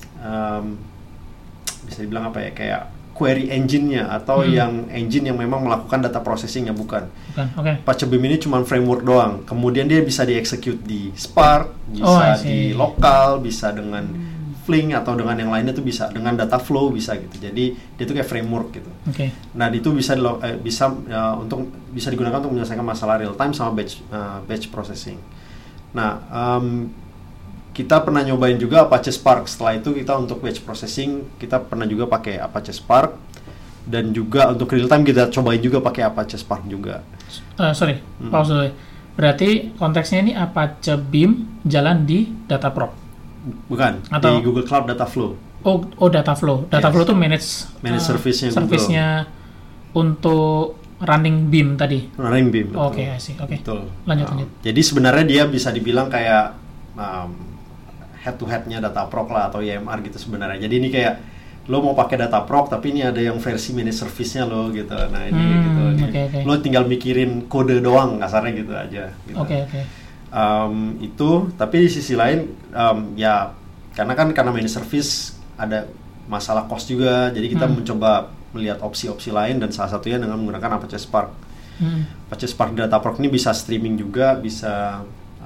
bisa dibilang apa ya, kayak query engine-nya atau yang engine yang memang melakukan data processing-nya, bukan. Apache Beam ini cuma framework doang. Kemudian dia bisa di-execute di Spark, bisa di lokal, bisa dengan Flink atau dengan yang lainnya tuh bisa, dengan data flow bisa gitu. Jadi dia tuh kayak framework gitu. Nah, itu bisa digunakan untuk menyelesaikan masalah real time sama batch processing. Nah, kita pernah nyobain juga Apache Spark. Setelah itu kita untuk batch processing kita pernah juga pakai Apache Spark, dan juga untuk real time kita cobain juga pakai Apache Spark juga. Pause dulu. Berarti konteksnya ini Apache Beam jalan di Dataproc? Bukan, atau di Google Cloud Data Flow. Data Flow. Data Flow itu manage service-nya Google. untuk running beam tadi. Running beam. Oke, I see. Oke. Betul. Lanjut. Jadi sebenarnya dia bisa dibilang kayak head to head-nya Dataproc lah atau EMR gitu sebenarnya. Jadi ini kayak lo mau pakai Dataproc tapi ini ada yang versi managed service-nya lo gitu. Nah, ini gitu. Okay. Lo tinggal mikirin kode doang kasarnya gitu aja gitu. Oke. Itu tapi di sisi lain ya karena managed service ada masalah cost juga. Jadi kita mencoba melihat opsi-opsi lain dan salah satunya dengan menggunakan Apache Spark. Apache Spark Dataproc ini bisa streaming juga, bisa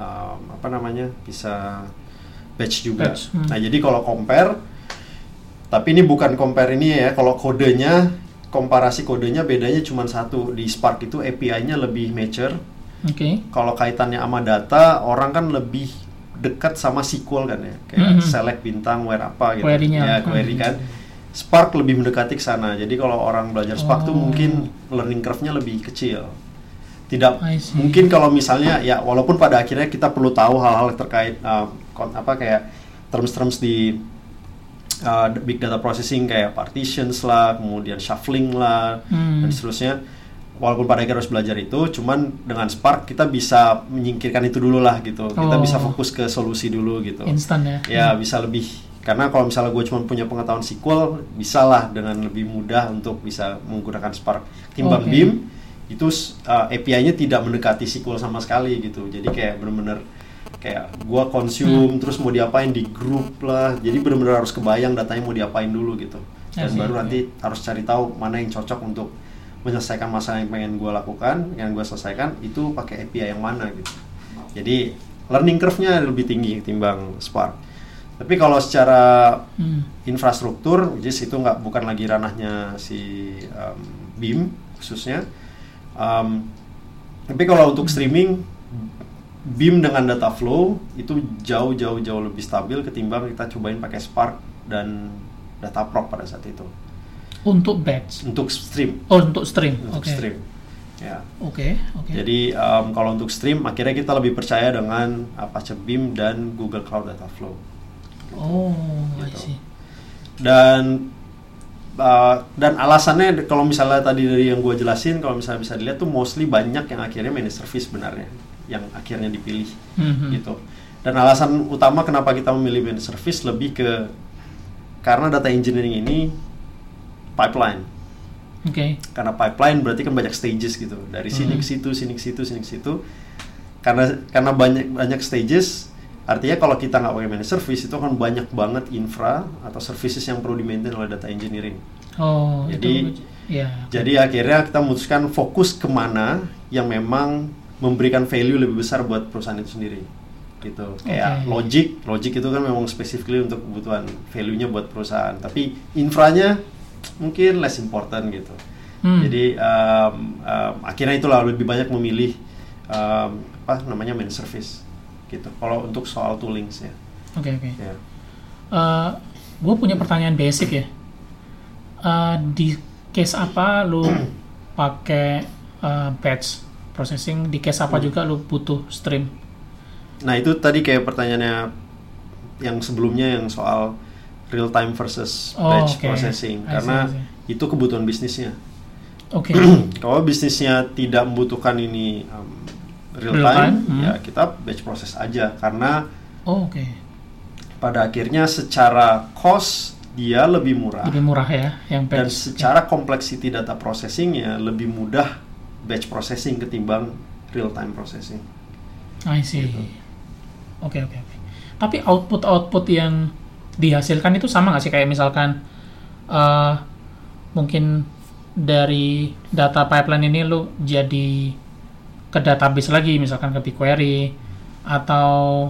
bisa batch juga. Nah, jadi kalau compare, tapi ini bukan compare ini ya, kalau komparasi kodenya bedanya cuma satu. Di Spark itu API-nya lebih mature. Kalau kaitannya sama data, orang kan lebih dekat sama SQL kan ya, kayak select bintang, where apa gitu. Query kan. Spark lebih mendekati ke sana. Jadi kalau orang belajar Spark tuh mungkin learning curve-nya lebih kecil. Tidak mungkin kalau misalnya ya walaupun pada akhirnya kita perlu tahu hal-hal terkait kayak terms-terms di big data processing kayak partitions lah, kemudian shuffling lah dan seterusnya. Walaupun pada akhirnya harus belajar itu, cuman dengan Spark kita bisa menyingkirkan itu dulu lah gitu. Kita bisa fokus ke solusi dulu gitu. Instan ya? Ya bisa lebih. Karena kalau misalnya gue cuma punya pengetahuan SQL, bisa lah dengan lebih mudah untuk bisa menggunakan Spark. Timbang Beam, itu API-nya tidak mendekati SQL sama sekali gitu. Jadi kayak bener-bener kayak gue consume, terus mau diapain di grup lah. Jadi bener-bener harus kebayang datanya mau diapain dulu gitu. Dan baru nanti harus cari tahu mana yang cocok untuk menyelesaikan masalah yang pengen gue lakukan, yang gue selesaikan, itu pakai API yang mana gitu. Jadi learning curve-nya lebih tinggi ketimbang Spark. Tapi kalau secara infrastruktur, which is itu bukan lagi ranahnya si Beam khususnya. Tapi kalau untuk streaming, Beam dengan data flow itu jauh lebih stabil ketimbang kita cobain pakai Spark dan Dataproc pada saat itu. Untuk batch? Untuk stream. Oh, untuk stream. Stream. Ya. Oke. Jadi kalau untuk stream, akhirnya kita lebih percaya dengan Apache Beam dan Google Cloud Dataflow. I see. Dan alasannya kalau misalnya tadi dari yang gue jelasin, kalau misalnya bisa dilihat tuh mostly banyak yang akhirnya managed service sebenarnya yang akhirnya dipilih gitu. Dan alasan utama kenapa kita memilih managed service lebih ke karena data engineering ini pipeline. Karena pipeline berarti kan banyak stages gitu. Dari sini ke situ, sini ke situ. Karena banyak stages, artinya kalau kita nggak pakai managed service itu akan banyak banget infra atau services yang perlu di-maintain oleh data engineering. Jadi akhirnya kita memutuskan fokus kemana yang memang memberikan value lebih besar buat perusahaan itu sendiri. Gitu. Kayak logic itu kan memang specifically untuk kebutuhan value-nya buat perusahaan. Tapi infranya mungkin less important gitu. Jadi akhirnya itulah lebih banyak memilih managed service gitu. Kalau untuk soal toolings ya. Oke. Gue punya pertanyaan basic ya. Di case apa lu pakai batch processing? Di case apa juga lu butuh stream? Nah itu tadi kayak pertanyaannya yang sebelumnya yang soal real time versus batch processing, karena itu kebutuhan bisnisnya. Kalau bisnisnya tidak membutuhkan ini real time, ya kita batch process aja karena pada akhirnya secara cost dia lebih murah ya yang batch. Dan secara complexity data processingnya lebih mudah batch processing ketimbang real time processing. I see. Gitu. Oke. Tapi output yang dihasilkan itu sama nggak sih, kayak misalkan mungkin dari data pipeline ini lu jadi ke database lagi, misalkan ke BigQuery atau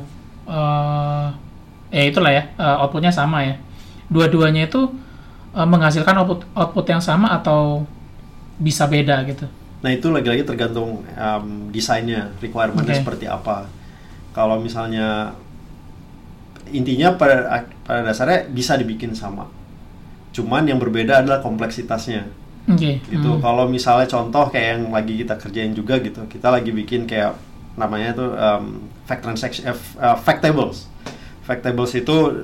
itulah ya, outputnya sama ya. Dua-duanya itu menghasilkan output yang sama atau bisa beda gitu? Nah itu lagi-lagi tergantung desainnya, requirement-nya seperti apa. Kalau misalnya intinya pada dasarnya bisa dibikin sama, cuman yang berbeda adalah kompleksitasnya. Gitu. Kalau misalnya contoh kayak yang lagi kita kerjain juga gitu, kita lagi bikin kayak namanya tuh fact tables. Fact tables itu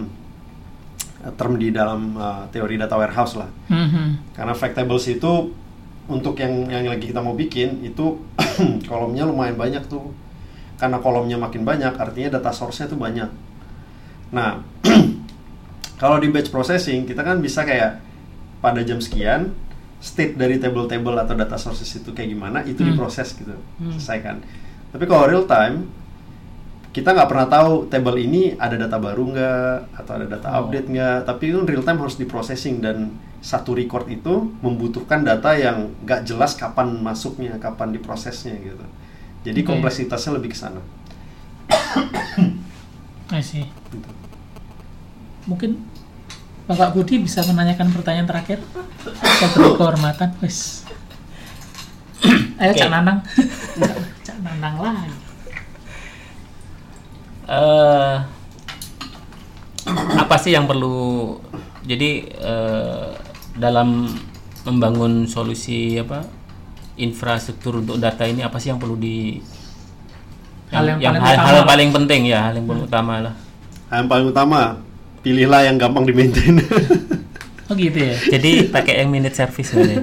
term di dalam teori data warehouse lah. Karena fact tables itu untuk yang lagi kita mau bikin itu kolomnya lumayan banyak tuh. Karena kolomnya makin banyak, artinya data source-nya tuh banyak. Nah, kalau di batch processing kita kan bisa kayak pada jam sekian state dari table-table atau data sources itu kayak gimana, itu diproses gitu, selesai kan. Tapi kalau real time kita nggak pernah tahu table ini ada data baru nggak atau ada data update nggak, tapi itu real time harus diprocessing dan satu record itu membutuhkan data yang nggak jelas kapan masuknya, kapan diprosesnya gitu. Jadi kompleksitasnya lebih ke sana. I see. Gitu. Mungkin Bapak Budi bisa menanyakan pertanyaan terakhir. Saya beri kehormatan, wes. Ayo Cak Nanang. Cak Nanang lagi. Apa sih yang perlu? Jadi dalam membangun solusi infrastruktur untuk data ini, apa sih yang perlu hal yang paling penting ya, hal yang paling utama lah. Hal yang paling utama, pilihlah yang gampang di-maintain. Oh gitu ya. Jadi pakai yang minute service sebenarnya.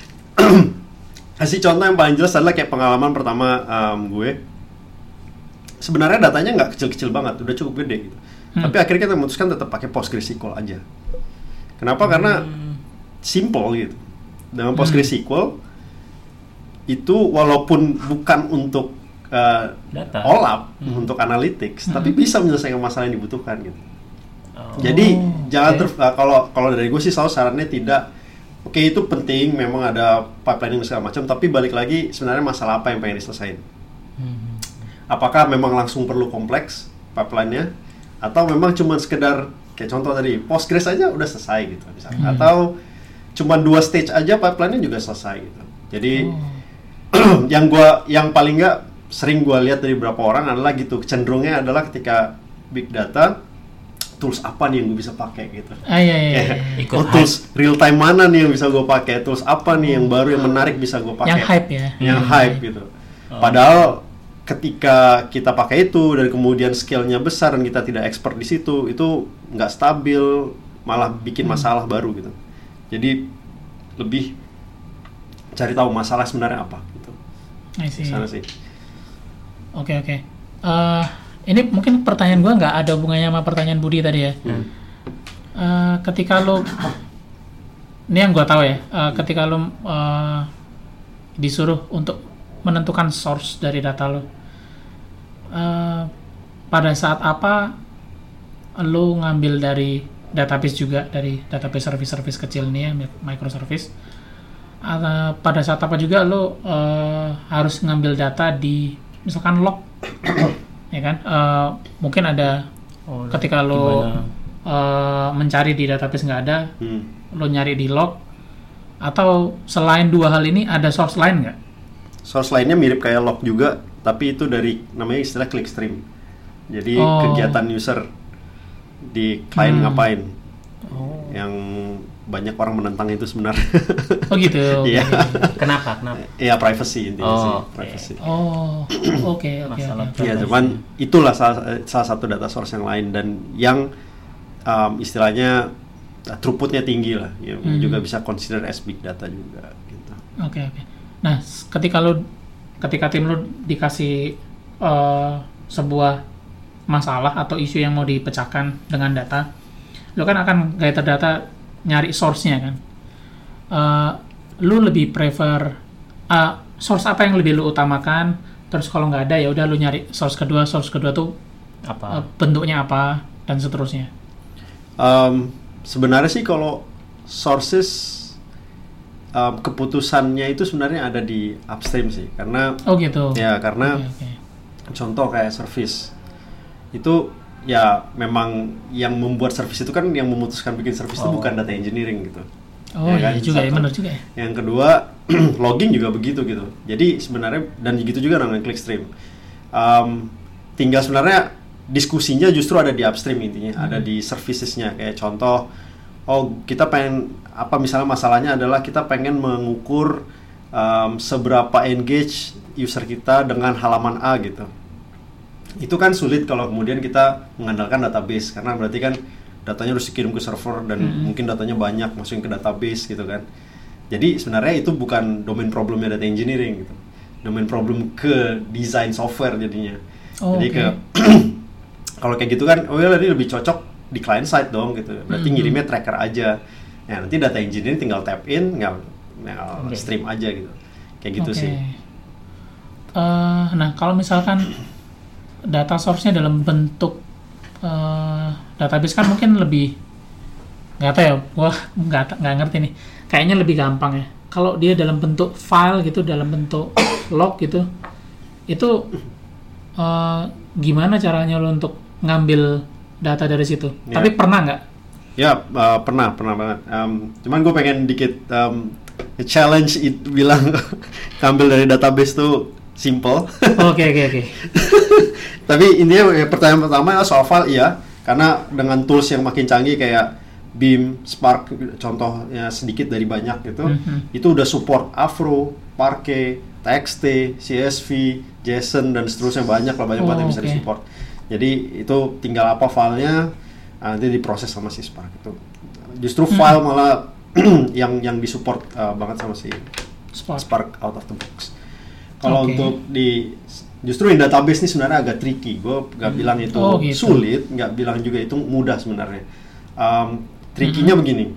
Kasih contoh yang paling jelas adalah kayak pengalaman pertama gue. Sebenarnya datanya nggak kecil-kecil banget, udah cukup gede gitu. Tapi akhirnya kita memutuskan tetap pakai PostgreSQL aja. Kenapa? Karena simple gitu. Dengan PostgreSQL itu walaupun bukan untuk data, all up, untuk analytics, tapi bisa menyelesaikan masalah yang dibutuhkan gitu. Jadi jangan kalau dari gue sih selalu sarannya tidak. Oke, itu penting, memang ada pipelining segala macam, tapi balik lagi sebenarnya masalah apa yang pengen diselesain. Apakah memang langsung perlu kompleks pipeline-nya, atau memang cuma sekedar kayak contoh tadi Postgres aja udah selesai gitu misalnya, atau cuma 2 stage aja pipeline-nya juga selesai gitu. Jadi yang paling nggak sering gue lihat dari beberapa orang adalah gitu, cenderungnya adalah ketika big data, tools apa nih yang gue bisa pakai gitu. Tools real time mana nih yang bisa gue pakai, tools apa nih yang baru yang menarik bisa gue pakai. Yang hype ya. Yang hype gitu. Padahal ketika kita pakai itu dan kemudian scale-nya besar dan kita tidak expert di situ, itu nggak stabil, malah bikin masalah baru gitu. Jadi lebih cari tahu masalah sebenarnya apa gitu. Sana sih. Oke. Ini mungkin pertanyaan gue nggak ada hubungannya sama pertanyaan Budi tadi ya. Ketika lo, ini yang gue tahu ya, ketika lo disuruh untuk menentukan source dari data lo, pada saat apa lo ngambil dari database juga, dari database service kecil nih ya, microservice, pada saat apa juga lo harus ngambil data di misalkan log ya kan, mungkin ada ketika lo mencari di database nggak ada, lo nyari di log, atau selain dua hal ini ada source lain nggak? Source lainnya mirip kayak log juga, tapi itu dari namanya istilah clickstream. Jadi kegiatan user di client ngapain, yang banyak orang menentang itu sebenarnya. Oh gitu. Iya. Kenapa? Iya, privacy intinya sih. Privacy. Oke. Iya, cuman itulah salah satu data source yang lain dan yang istilahnya throughputnya tinggi lah, yang juga bisa consider as big data juga. Gitu. Oke. Nah, ketika tim lo dikasih sebuah masalah atau isu yang mau dipecahkan dengan data, lo kan akan gather data, nyari source-nya kan. Lu lebih prefer source apa yang lebih lu utamakan, terus kalau nggak ada ya udah lu nyari source kedua tuh apa, bentuknya apa, dan seterusnya. Sebenarnya sih kalau sources keputusannya itu sebenarnya ada di upstream sih, karena gitu. Ya karena contoh kayak service itu ya memang yang membuat service itu kan, yang memutuskan bikin service itu bukan data engineering gitu. Ya kan? Juga ya, benar juga ya. Yang kedua logging juga begitu gitu. Jadi sebenarnya dan begitu juga dengan clickstream. Tinggal sebenarnya diskusinya justru ada di upstream intinya, ada di servicesnya. Kayak contoh, kita pengen apa, misalnya masalahnya adalah kita pengen mengukur seberapa engage user kita dengan halaman A gitu. Itu kan sulit kalau kemudian kita mengandalkan database, karena berarti kan datanya harus dikirim ke server dan mungkin datanya banyak masukin ke database gitu kan. Jadi sebenarnya itu bukan domain problemnya data engineering gitu. Domain problem ke desain software jadinya. Jadi ke kalau kayak gitu kan, jadi lebih cocok di client side dong gitu. Berarti ngirimnya tracker aja. Ya nanti data engineering tinggal tap in, tinggal stream aja gitu. Kayak gitu sih. Nah kalau misalkan data source-nya dalam bentuk database kan mungkin lebih, nggak tahu ya, gua nggak ngerti nih. Kayaknya lebih gampang ya. Kalau dia dalam bentuk file gitu, dalam bentuk log gitu, itu gimana caranya lo untuk ngambil data dari situ? Ya. Tapi pernah nggak? Ya pernah banget. Cuman gue pengen dikit challenge bilang ngambil dari database tuh simple. Oke. Tapi intinya pertanyaan pertama soal file iya, karena dengan tools yang makin canggih kayak Beam, Spark, contohnya sedikit dari banyak gitu, itu udah support Avro, Parquet, TXT, CSV, JSON dan seterusnya banyak banget yang bisa disupport. Jadi itu tinggal apa filenya, nanti diproses sama si Spark itu. Justru file malah yang disupport banget sama si Spark out of the box. Kalau untuk justru in database ini sebenarnya agak tricky. Gue nggak bilang itu sulit, nggak bilang juga itu mudah sebenarnya. Tricky-nya begini.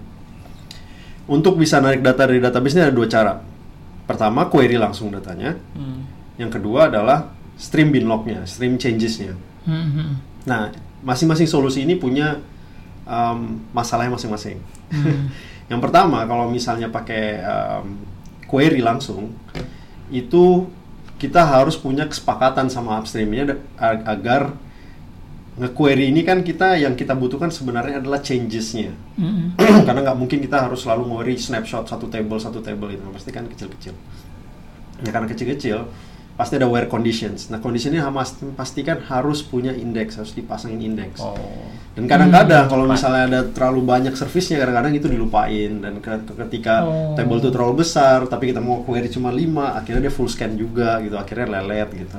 Untuk bisa narik data dari database ini ada dua cara. Pertama, query langsung datanya. Yang kedua adalah stream binlog-nya, stream changes-nya. Nah, masing-masing solusi ini punya masalahnya masing-masing. Yang pertama, kalau misalnya pakai query langsung, itu kita harus punya kesepakatan sama upstream-nya agar nge-query ini kan yang kita butuhkan sebenarnya adalah changes-nya. Karena nggak mungkin kita harus selalu nge-query snapshot satu table itu, pasti kan kecil-kecil. Ya karena kecil-kecil, pasti ada where conditions. Nah conditionnya pastikan harus punya index, harus dipasangin index. Dan kadang-kadang kalau misalnya ada terlalu banyak service-nya, kadang-kadang itu dilupain. Dan ketika table itu terlalu besar, tapi kita mau query cuma 5, akhirnya dia full scan juga gitu, akhirnya lelet gitu.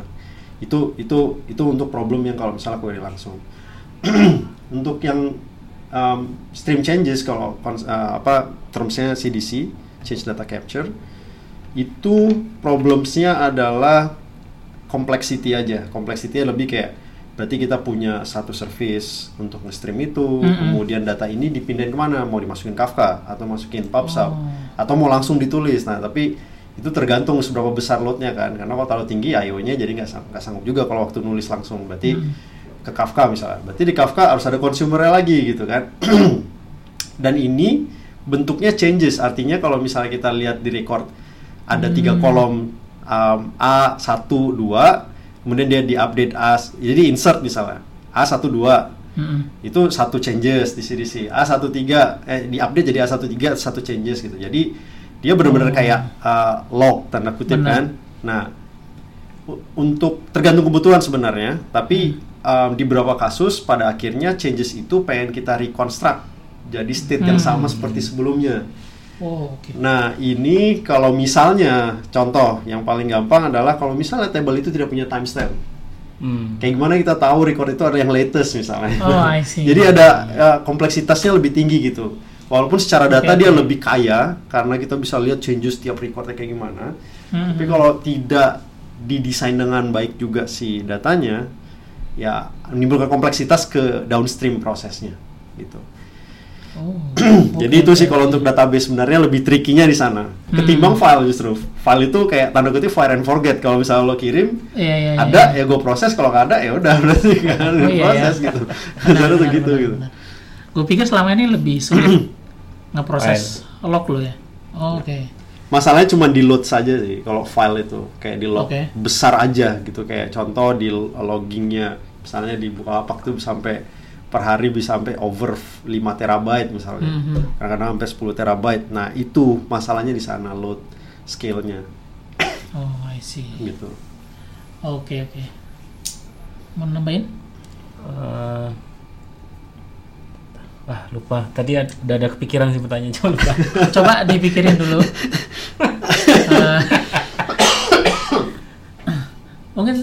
Itu untuk problem yang kalau misalnya query langsung. Untuk yang stream changes, kalau termsnya CDC, change data capture, itu problemsnya adalah complexity aja. Complexity lebih kayak berarti kita punya satu service untuk nge-stream itu, kemudian data ini dipindahin kemana, mau dimasukin Kafka atau masukin PubSub atau mau langsung ditulis. Nah tapi itu tergantung seberapa besar load-nya kan, karena kalau terlalu tinggi I/O-nya jadi nggak sanggup juga kalau waktu nulis langsung. Berarti ke Kafka misalnya, berarti di Kafka harus ada consumer-nya lagi gitu kan. Dan ini bentuknya changes, artinya kalau misalnya kita lihat di record ada 3 kolom A, 1, 2, kemudian dia di-update A, jadi insert misalnya A12, itu satu changes di CDC, A13 di-update jadi A13, satu changes gitu. Jadi dia benar-benar kayak log tanda kutip kan. Nah, untuk tergantung kebutuhan sebenarnya, tapi di beberapa kasus pada akhirnya changes itu pengen kita reconstruct jadi state yang sama seperti sebelumnya. Nah, ini kalau misalnya contoh yang paling gampang adalah kalau misalnya table itu tidak punya timestamp. Kayak gimana kita tahu record itu ada yang latest misalnya. I see. Jadi ada kompleksitasnya lebih tinggi gitu. Walaupun secara data dia lebih kaya karena kita bisa lihat changes tiap recordnya kayak gimana. Tapi kalau tidak didesain dengan baik juga si datanya, ya menimbulkan kompleksitas ke downstream prosesnya gitu. Jadi itu sih kalau untuk database sebenarnya lebih tricky-nya di sana ketimbang file. Justru file itu kayak tanda kutip fire and forget. Kalau misalnya lo kirim ada ya gue proses, kalau nggak ada ya udah berarti kan proses gitu. Benar gitu. Gue pikir selama ini lebih sulit ngeproses log lo ya. Oke. Masalahnya cuma di load saja sih kalau file itu, kayak di log besar aja gitu. Kayak contoh di loggingnya misalnya di Bukalapak tuh sampai per hari bisa sampai over 5 terabyte misalnya. Kadang-kadang sampai 10 terabyte. Nah, itu masalahnya di sana, load scale-nya. I see. Gitu. Oke. Mau nambahin? Lupa. Tadi udah ada kepikiran sih pertanyaan, cuma lupa. Coba dipikirin dulu. Mungkin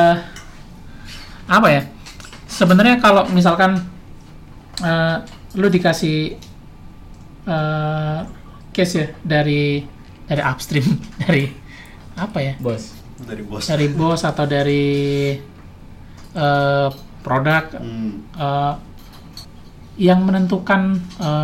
apa ya? Sebenarnya kalau misalkan lu dikasih case ya dari upstream dari apa ya? Bos. Dari bos. Dari bos atau dari produk yang menentukan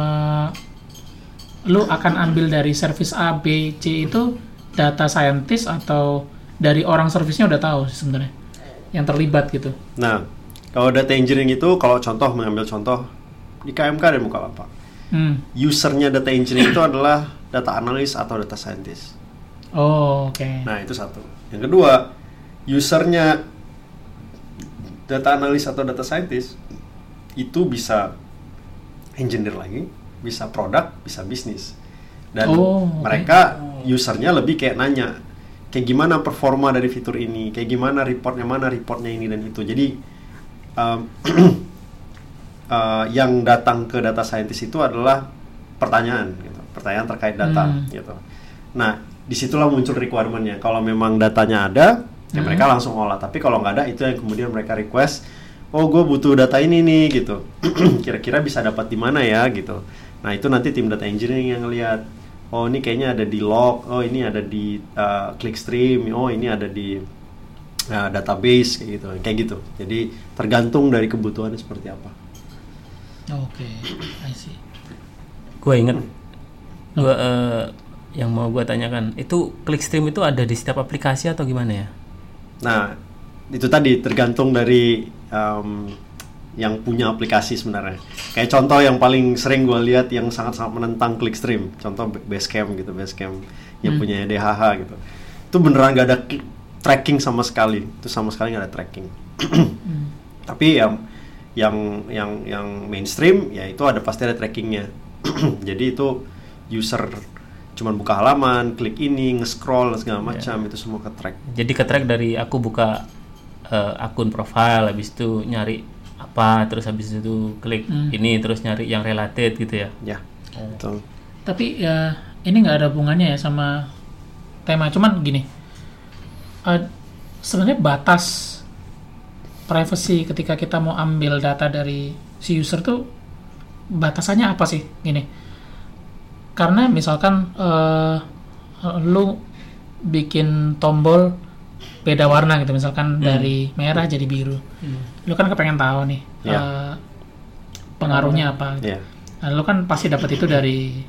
lu akan ambil dari service A, B, C itu data scientist atau dari orang servisnya udah tahu sih sebenarnya yang terlibat gitu. Nah, kalau data engineering itu, kalau mengambil contoh di KMK dan Bukalapak, usernya data engineering itu adalah data analis atau data scientist. Oh, oke. Nah, itu satu. Yang kedua, usernya data analis atau data scientist itu bisa engineer lagi, bisa produk, bisa bisnis. Dan mereka usernya lebih kayak nanya, kayak gimana performa dari fitur ini, kayak gimana reportnya ini dan itu. Jadi yang datang ke data scientist itu adalah pertanyaan terkait data gitu. Nah, disitulah muncul requirement-nya. Kalau memang datanya ada, ya mereka langsung olah. Tapi kalau nggak ada, itu yang kemudian mereka request, oh gue butuh data ini nih gitu. Kira-kira bisa dapat di mana ya gitu. Nah, itu nanti tim data engineering yang lihat, oh ini kayaknya ada di log, oh ini ada di clickstream, oh ini ada di database kayak gitu. Jadi tergantung dari kebutuhannya seperti apa. Oke, I see. Gue inget, yang mau gue tanyakan, itu clickstream itu ada di setiap aplikasi atau gimana ya? Nah, itu tadi tergantung dari yang punya aplikasi sebenarnya. Kayak contoh yang paling sering gue lihat yang sangat-sangat menentang clickstream, contoh Basecamp yang punya DHH gitu. Itu beneran gak ada tracking sama sekali. Itu sama sekali gak ada tracking. Tapi yang mainstream ya itu pasti ada trackingnya. Jadi itu user cuman buka halaman, klik ini, nge-scroll segala macam, itu semua ke-track. Jadi ke-track dari aku buka akun profile, habis itu nyari apa, terus habis itu klik ini, terus nyari yang related gitu ya? Ya, betul. Tapi ya ini nggak ada hubungannya ya sama tema, cuman gini, sebenarnya batas privacy ketika kita mau ambil data dari si user tuh batasannya apa sih? Gini. Karena misalkan lu bikin tombol beda warna gitu, misalkan dari merah jadi biru, lu kan kepengen tahu nih pengaruhnya apa gitu. Nah, lu kan pasti dapat itu dari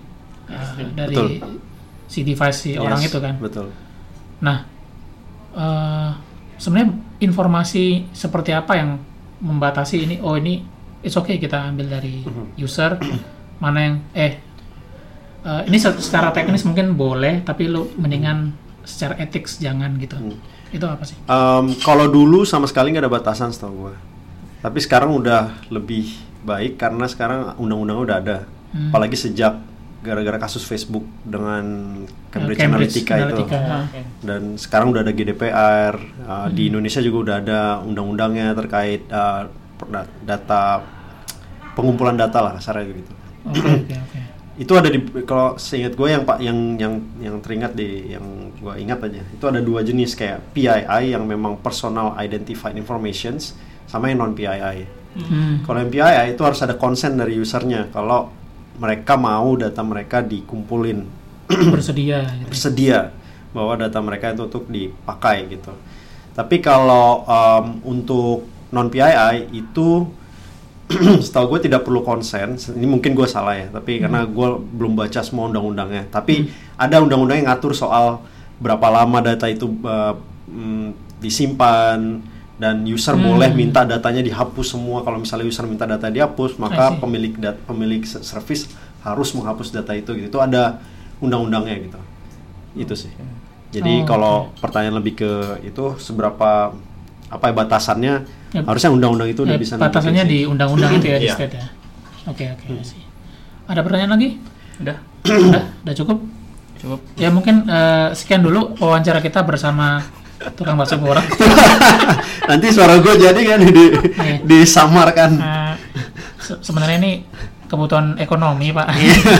si device si orang itu kan. Betul. Nah, sebenarnya informasi seperti apa yang membatasi ini? Oh ini it's okay kita ambil dari user, mana yang ini secara teknis mungkin boleh, tapi lu mendingan secara etik jangan gitu. Itu apa sih? Kalau dulu sama sekali nggak ada batasan setahu gue. Tapi sekarang udah lebih baik karena sekarang undang-undangnya udah ada. Apalagi sejak gara-gara kasus Facebook dengan Cambridge Analytica itu. Dan sekarang udah ada GDPR. Di Indonesia juga udah ada undang-undangnya terkait data, pengumpulan data lah kasarnya gitu. Oke. Itu ada di, kalau seingat gue yang teringat yang gue ingat aja, itu ada 2 jenis, kayak PII yang memang personal identified informations, sama yang non PII. Kalau yang PII itu harus ada consent dari usernya kalau mereka mau data mereka dikumpulin, bersedia bahwa data mereka itu untuk dipakai gitu. Tapi kalau untuk non PII itu setahu gue tidak perlu konsen. Ini mungkin gue salah ya, tapi karena gue belum baca semua undang-undangnya. Tapi ada undang-undang yang ngatur soal berapa lama data itu disimpan, dan user boleh minta datanya dihapus semua. Kalau misalnya user minta data dihapus, maka pemilik service harus menghapus data itu gitu. Itu ada undang-undangnya gitu. Itu sih. Jadi kalau pertanyaan lebih ke itu seberapa apa batasannya, harusnya undang-undang itu udah bisa batasannya di undang-undang itu ya di state ya. Oke. Ada pertanyaan lagi? Udah cukup. Ya mungkin sekian dulu wawancara kita bersama tukang bakso orang. Nanti suara gue jadi kan disamarkan. Sebenarnya ini kebutuhan ekonomi Pak.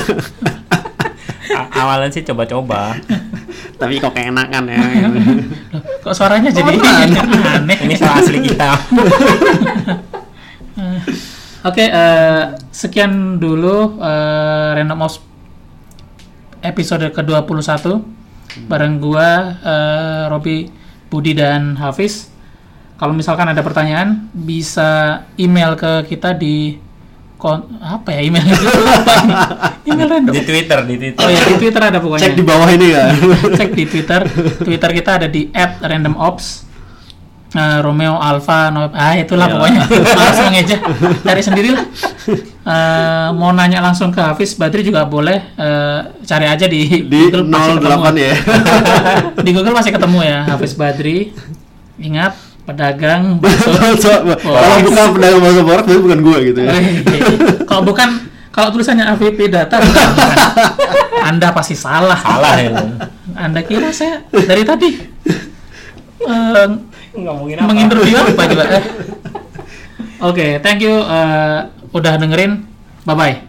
Awalnya sih coba-coba. Tapi kok keenakan ya. Kok suaranya jadi aneh. Ini suara asli kita. Oke, sekian dulu Random Ops episode ke-21 bareng gua Robi, Budi dan Hafiz. Kalau misalkan ada pertanyaan bisa email ke kita di apa ya emailnya? Email random. Di Twitter. Oh ya, di Twitter ada pokoknya. Cek di bawah ini kan. Cek di Twitter. Twitter kita ada di @randomops. Romeo Alpha itulah pokoknya. Malas mengeja. Cari sendirilah. Mau nanya langsung ke Hafiz Badri juga boleh. Cari aja di Google 08 ya. Di Google masih ketemu ya Hafiz Badri. Ingat, pedagang bakso. Kalau bukan pedagang bakso borak berarti bukan gue gitu ya. Kalau tulisannya AVP data bukan. Anda pasti salah. Salah ya. Anda kira saya dari tadi Ngomongin apa? menginterview apa coba? Oke, thank you udah dengerin. Bye bye.